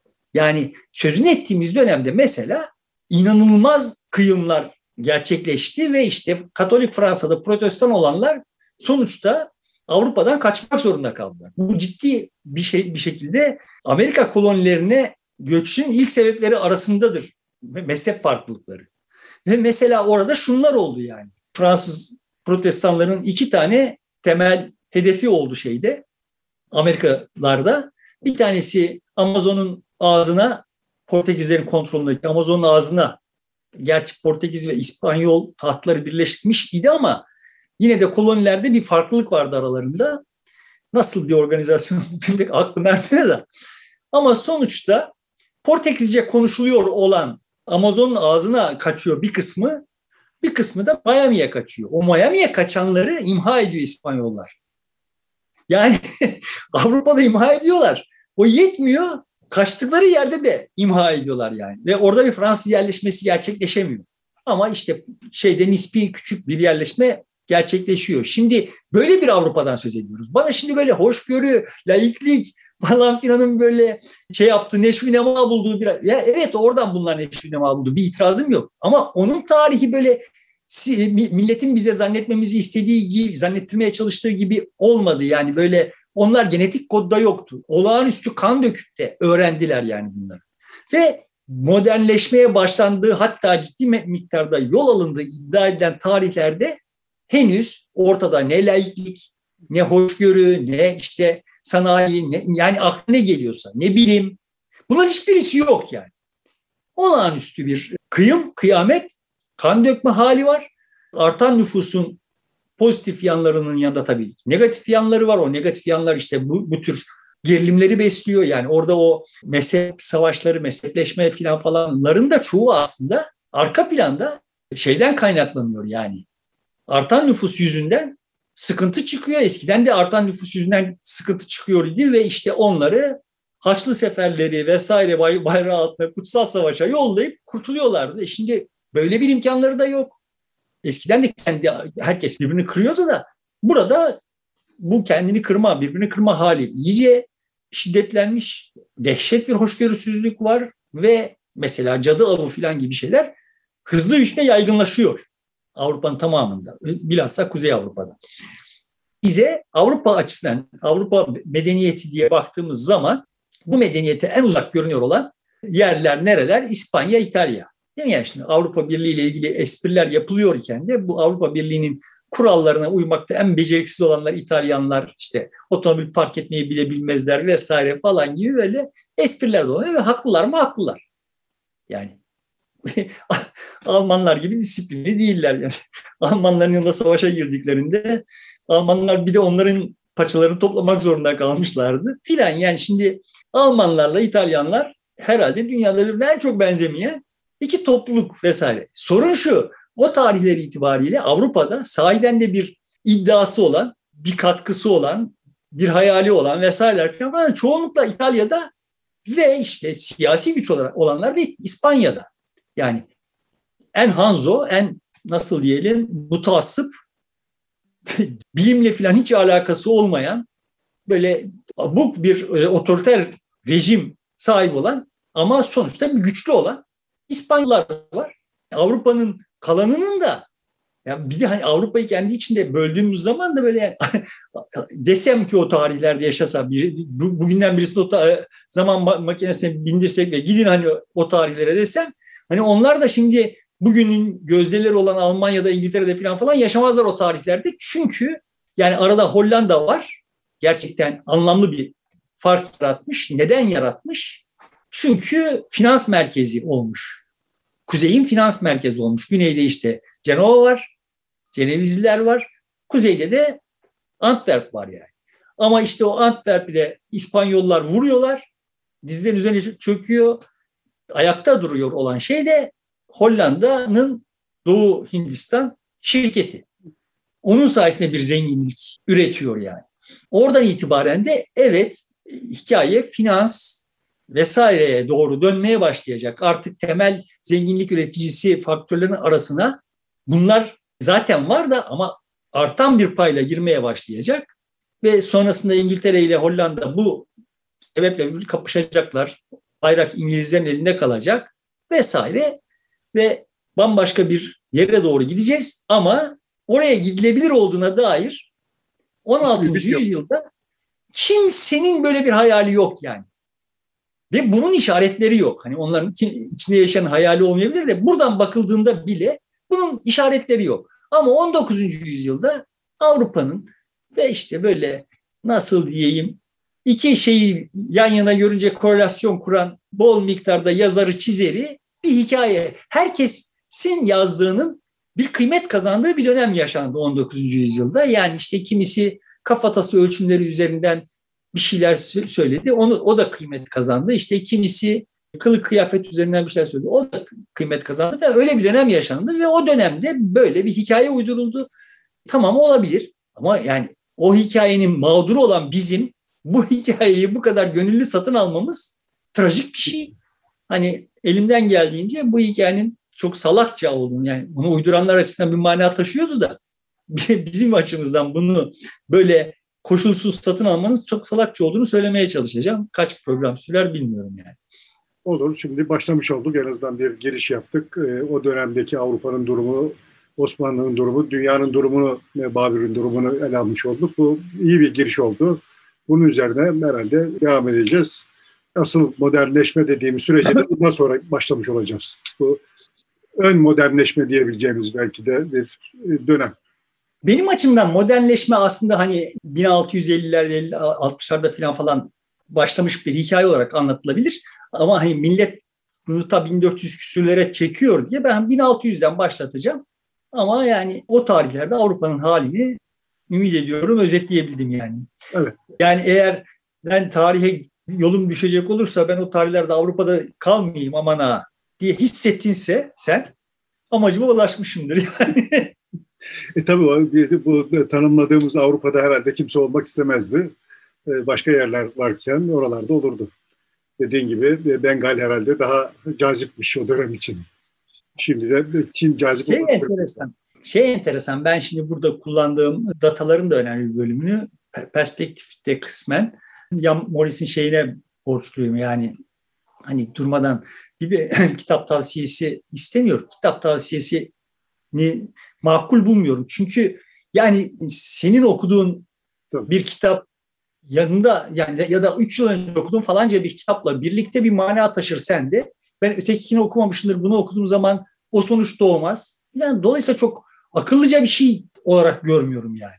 Yani sözünü ettiğimiz dönemde mesela inanılmaz kıyımlar gerçekleşti ve işte Katolik Fransa'da Protestan olanlar sonuçta Avrupa'dan kaçmak zorunda kaldılar. Bu ciddi bir şekilde Amerika kolonilerine göçün ilk sebepleri arasındadır mezhep farklılıkları. Ve mesela orada şunlar oldu yani. Fransız protestanların 2 tane temel hedefi oldu Amerikalarda. Bir tanesi Amazon'un ağzına, Portekizlerin kontrolündeki Amazon'un ağzına, gerçi Portekiz ve İspanyol tahtları birleşmiş idi ama yine de kolonilerde bir farklılık vardı aralarında. Nasıl bir organizasyon bildik aklım ermiyor da. Ama sonuçta Portekizce konuşuluyor olan Amazon'un ağzına kaçıyor bir kısmı da Miami'ye kaçıyor. O Miami'ye kaçanları imha ediyor İspanyollar. Yani Avrupa'da imha ediyorlar. O yetmiyor. Kaçtıkları yerde de imha ediyorlar yani. Ve orada bir Fransız yerleşmesi gerçekleşemiyor. Ama işte nispi küçük bir yerleşme gerçekleşiyor. Şimdi böyle bir Avrupa'dan söz ediyoruz. Bana şimdi böyle hoşgörü, laiklik falan filanın böyle yaptığı, neşvi-nema bulduğu biraz. Ya evet, oradan bunlar neşvi-nema buldu. Bir itirazım yok. Ama onun tarihi böyle milletin bize zannetmemizi istediği gibi, zannettirmeye çalıştığı gibi olmadı. Yani böyle onlar genetik kodda yoktu. Olağanüstü kan döküp de öğrendiler yani bunları. Ve modernleşmeye başlandığı, hatta ciddi miktarda yol alındığı iddia edilen tarihlerde henüz ortada ne laiklik, ne hoşgörü, ne işte sanayi, yani aklına ne geliyorsa, ne bilim, bunların hiçbirisi yok yani. Olağanüstü bir kıyamet, kan dökme hali var. Artan nüfusun pozitif yanlarının yanında tabii negatif yanları var. O negatif yanlar işte bu tür gerilimleri besliyor. Yani orada o mezhep savaşları, mezhepleşme falanların da çoğu aslında arka planda şeyden kaynaklanıyor yani. Artan nüfus yüzünden sıkıntı çıkıyor. Eskiden de artan nüfus yüzünden sıkıntı çıkıyor idi ve işte onları Haçlı seferleri vesaire bayrağı altında kutsal savaşa yollayıp kurtuluyorlardı. Şimdi böyle bir imkanları da yok. Eskiden de herkes birbirini kırıyordu da burada bu birbirini kırma hali iyice şiddetlenmiş. Dehşet bir hoşgörüsüzlük var ve mesela cadı avı falan gibi şeyler hızlı biçimde yaygınlaşıyor Avrupa'nın tamamında. Bilhassa Kuzey Avrupa'da. Bize Avrupa açısından, Avrupa medeniyeti diye baktığımız zaman bu medeniyete en uzak görünüyor olan yerler nereler? İspanya, İtalya. Değil mi? Yani şimdi Avrupa Birliği ile ilgili espriler yapılıyor iken de bu Avrupa Birliği'nin kurallarına uymakta en beceriksiz olanlar İtalyanlar, işte otomobil park etmeyi bile bilmezler vesaire falan gibi böyle espriler dolanıyor ve haklılar mı? Haklılar. Yani Almanlar gibi disiplinli değiller yani. Almanların yanında savaşa girdiklerinde Almanlar bir de onların paçalarını toplamak zorunda kalmışlardı filan. Yani şimdi Almanlarla İtalyanlar herhalde dünyada birbirine en çok benzemeyen iki topluluk vesaire. Sorun şu, o tarihleri itibariyle Avrupa'da sahiden de bir iddiası olan, bir katkısı olan, bir hayali olan vesaireler falan çoğunlukla İtalya'da ve işte siyasi güç olarak olanlar da İspanya'da. Yani en hanzo, en nasıl diyelim mutaassıp, bilimle falan hiç alakası olmayan böyle abuk bir otoriter rejim sahibi olan ama sonuçta bir güçlü olan İspanyollar var. Avrupa'nın kalanının da yani bir de hani Avrupa'yı kendi içinde böldüğümüz zaman da böyle yani, desem ki o tarihlerde yaşasa bugünden birisini zaman makinesine bindirsek ve gidin hani o tarihlere desem hani onlar da şimdi bugünün gözdeleri olan Almanya'da, İngiltere'de falan yaşamazlar o tarihlerde. Çünkü yani arada Hollanda var. Gerçekten anlamlı bir fark yaratmış. Neden yaratmış? Çünkü finans merkezi olmuş. Kuzey'in finans merkezi olmuş. Güneyde işte Cenova var. Cenevizliler var. Kuzeyde de Antwerp var yani. Ama işte o Antwerp'i de İspanyollar vuruyorlar. Dizlerin üzerine çöküyor. Ayakta duruyor olan şey de Hollanda'nın Doğu Hindistan şirketi. Onun sayesinde bir zenginlik üretiyor yani. Oradan itibaren de evet hikaye finans vesaireye doğru dönmeye başlayacak. Artık temel zenginlik üreticisi faktörlerin arasına bunlar zaten var da ama artan bir payla girmeye başlayacak. Ve sonrasında İngiltere ile Hollanda bu sebeple kapışacaklar. Bayrak İngilizlerin elinde kalacak vesaire ve bambaşka bir yere doğru gideceğiz ama oraya gidilebilir olduğuna dair 16. yüzyılda kimsenin böyle bir hayali yok yani. Ve bunun işaretleri yok. Hani onların içinde yaşayan hayali olmayabilir de buradan bakıldığında bile bunun işaretleri yok. Ama 19. yüzyılda Avrupa'nın ve işte böyle nasıl diyeyim iki şeyi yan yana görünce korelasyon kuran bol miktarda yazarı çizeri bir hikaye. Herkesin yazdığının bir kıymet kazandığı bir dönem yaşandı 19. yüzyılda. Yani işte kimisi kafatası ölçümleri üzerinden bir şeyler söyledi. O da kıymet kazandı. İşte kimisi kılık kıyafet üzerinden bir şeyler söyledi. O da kıymet kazandı. Ve öyle bir dönem yaşandı ve o dönemde böyle bir hikaye uyduruldu. Tamam olabilir ama yani o hikayenin mağduru olan bizim bu hikayeyi bu kadar gönüllü satın almamız trajik bir şey. Hani elimden geldiğince bu hikayenin çok salakça olduğunu yani bunu uyduranlar açısından bir mana taşıyordu da bizim açımızdan bunu böyle koşulsuz satın almanız çok salakça olduğunu söylemeye çalışacağım. Kaç program sürer bilmiyorum yani. Olur. Şimdi başlamış olduk. En azından bir giriş yaptık. O dönemdeki Avrupa'nın durumu, Osmanlı'nın durumu, dünyanın durumunu, Babil'in durumunu ele almış olduk. Bu iyi bir giriş oldu. Bunun üzerine herhalde devam edeceğiz. asıl modernleşme dediğimiz sürece de bundan sonra başlamış olacağız. Bu ön modernleşme diyebileceğimiz belki de bir dönem. Benim açımdan modernleşme aslında hani 1650'lerde, 60'larda falan başlamış bir hikaye olarak anlatılabilir. Ama hani millet bunu ta 1400 küsürlere çekiyor diye ben 1600'den başlatacağım. Ama yani o tarihlerde Avrupa'nın halini ümit ediyorum özetleyebildim yani. Evet. Yani eğer ben tarihe yolum düşecek olursa ben o tarihlerde Avrupa'da kalmayayım aman ha diye hissettinse sen amacıma ulaşmışımdır yani. Tabii bu tanımladığımız Avrupa'da herhalde kimse olmak istemezdi. Başka yerler varken oralarda olurdu. Dediğin gibi Bengal herhalde daha cazipmiş o dönem için. Şimdi de Çin cazip enteresan. Enteresan. Ben şimdi burada kullandığım dataların da önemli bir bölümünü perspektifte kısmen Morris'in şeyine borçluyum. Yani hani durmadan bir de kitap tavsiyesi istemiyorum. Kitap tavsiyesini makul bulmuyorum. Çünkü yani senin okuduğun bir kitap yanında yani ya da 3 yıl önce okuduğum falanca bir kitapla birlikte bir mana taşır sende. Ben ötekini okumamışımdır. Bunu okuduğum zaman o sonuç doğmaz. Yani dolayısıyla çok akıllıca bir şey olarak görmüyorum yani.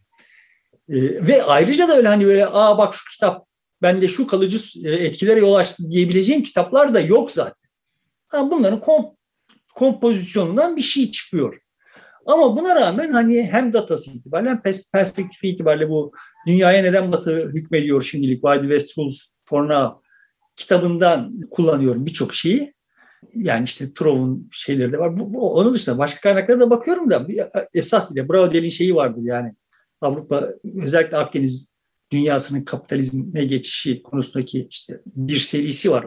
Ve ayrıca da öyle hani böyle bak şu kitap bende şu kalıcı etkilere yol açtı diyebileceğim kitaplar da yok zaten. Bunların kompozisyonundan bir şey çıkıyor. Ama buna rağmen hani hem datası itibariyle hem perspektifi itibariyle bu dünyaya neden Batı hükmediyor şimdilik Why the West Rules for Now kitabından kullanıyorum birçok şeyi. Yani işte Trov'un şeyleri de var. Onun dışında başka kaynaklara da bakıyorum da esas bile Braudel'in şeyi vardır yani Avrupa özellikle Akdeniz dünyasının kapitalizme geçişi konusundaki işte bir serisi var.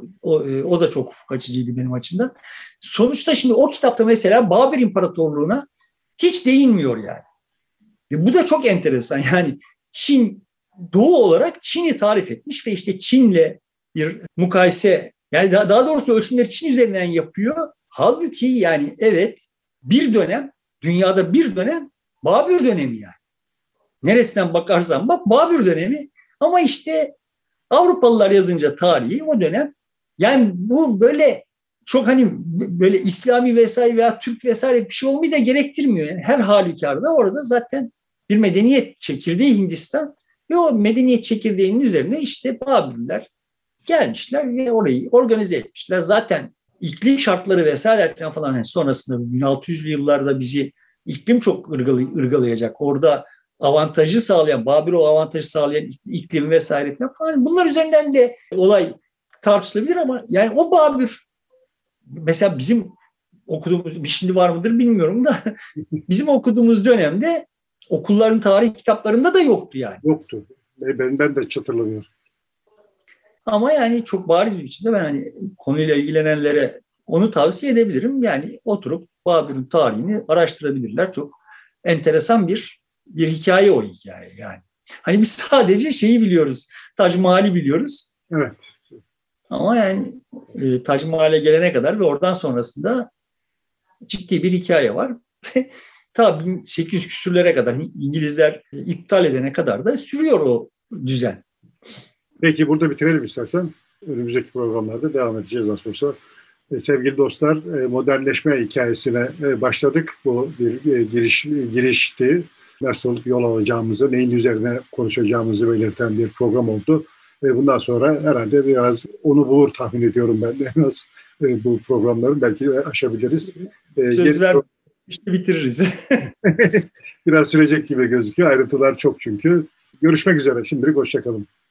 O da çok ufuk açıcıydı benim açımdan. Sonuçta şimdi o kitapta mesela Babür İmparatorluğu'na hiç değinmiyor yani. Bu da çok enteresan. Yani Çin doğu olarak Çin'i tarif etmiş ve işte Çin'le bir mukayese yani daha doğrusu ölçümleri Çin üzerinden yapıyor. Halbuki yani evet bir dönem dünyada bir dönem Babür dönemi yani. Neresinden bakarsan bak Babür dönemi ama işte Avrupalılar yazınca tarihi o dönem yani bu böyle çok hani böyle İslami vesaire veya Türk vesaire bir şey olmayı da gerektirmiyor. Yani her halükarda orada zaten bir medeniyet çekirdeği Hindistan ve o medeniyet çekirdeğinin üzerine işte Babürler gelmişler ve orayı organize etmişler. Zaten iklim şartları vesaire falan yani sonrasında 1600'lü yıllarda bizi iklim çok ırgalayacak. Orada avantajı sağlayan, Babür o avantajı sağlayan iklim vesaire falan. Bunlar üzerinden de olay tartışılabilir ama yani o Babür mesela bizim okuduğumuz, şimdi var mıdır bilmiyorum da bizim okuduğumuz dönemde okulların tarih kitaplarında da yoktu yani. Yoktu. Ben de hatırlamıyorum. Ama yani çok bariz bir biçimde ben hani konuyla ilgilenenlere onu tavsiye edebilirim. Yani oturup Babür'ün tarihini araştırabilirler. Çok enteresan bir hikaye o hikaye yani. Hani biz sadece şeyi biliyoruz. Tac Mahal'i biliyoruz. Evet. Ama yani Tac Mahal'e gelene kadar ve oradan sonrasında ciddi bir hikaye var. Ta 1800 küsürlere kadar İngilizler iptal edene kadar da sürüyor o düzen. Peki burada bitirelim istersen. Önümüzdeki programlarda devam edeceğiz nasıl olsa. Sevgili dostlar, modernleşme hikayesine başladık. Bu bir girişti. Nasıl yol alacağımızı, neyin üzerine konuşacağımızı belirten bir program oldu. Ve bundan sonra herhalde biraz onu bulur tahmin ediyorum ben de. En az bu programları belki aşabiliriz. Sözler işte bitiririz. Biraz sürecek gibi gözüküyor. Ayrıntılar çok çünkü. Görüşmek üzere. Şimdilik hoşça kalın.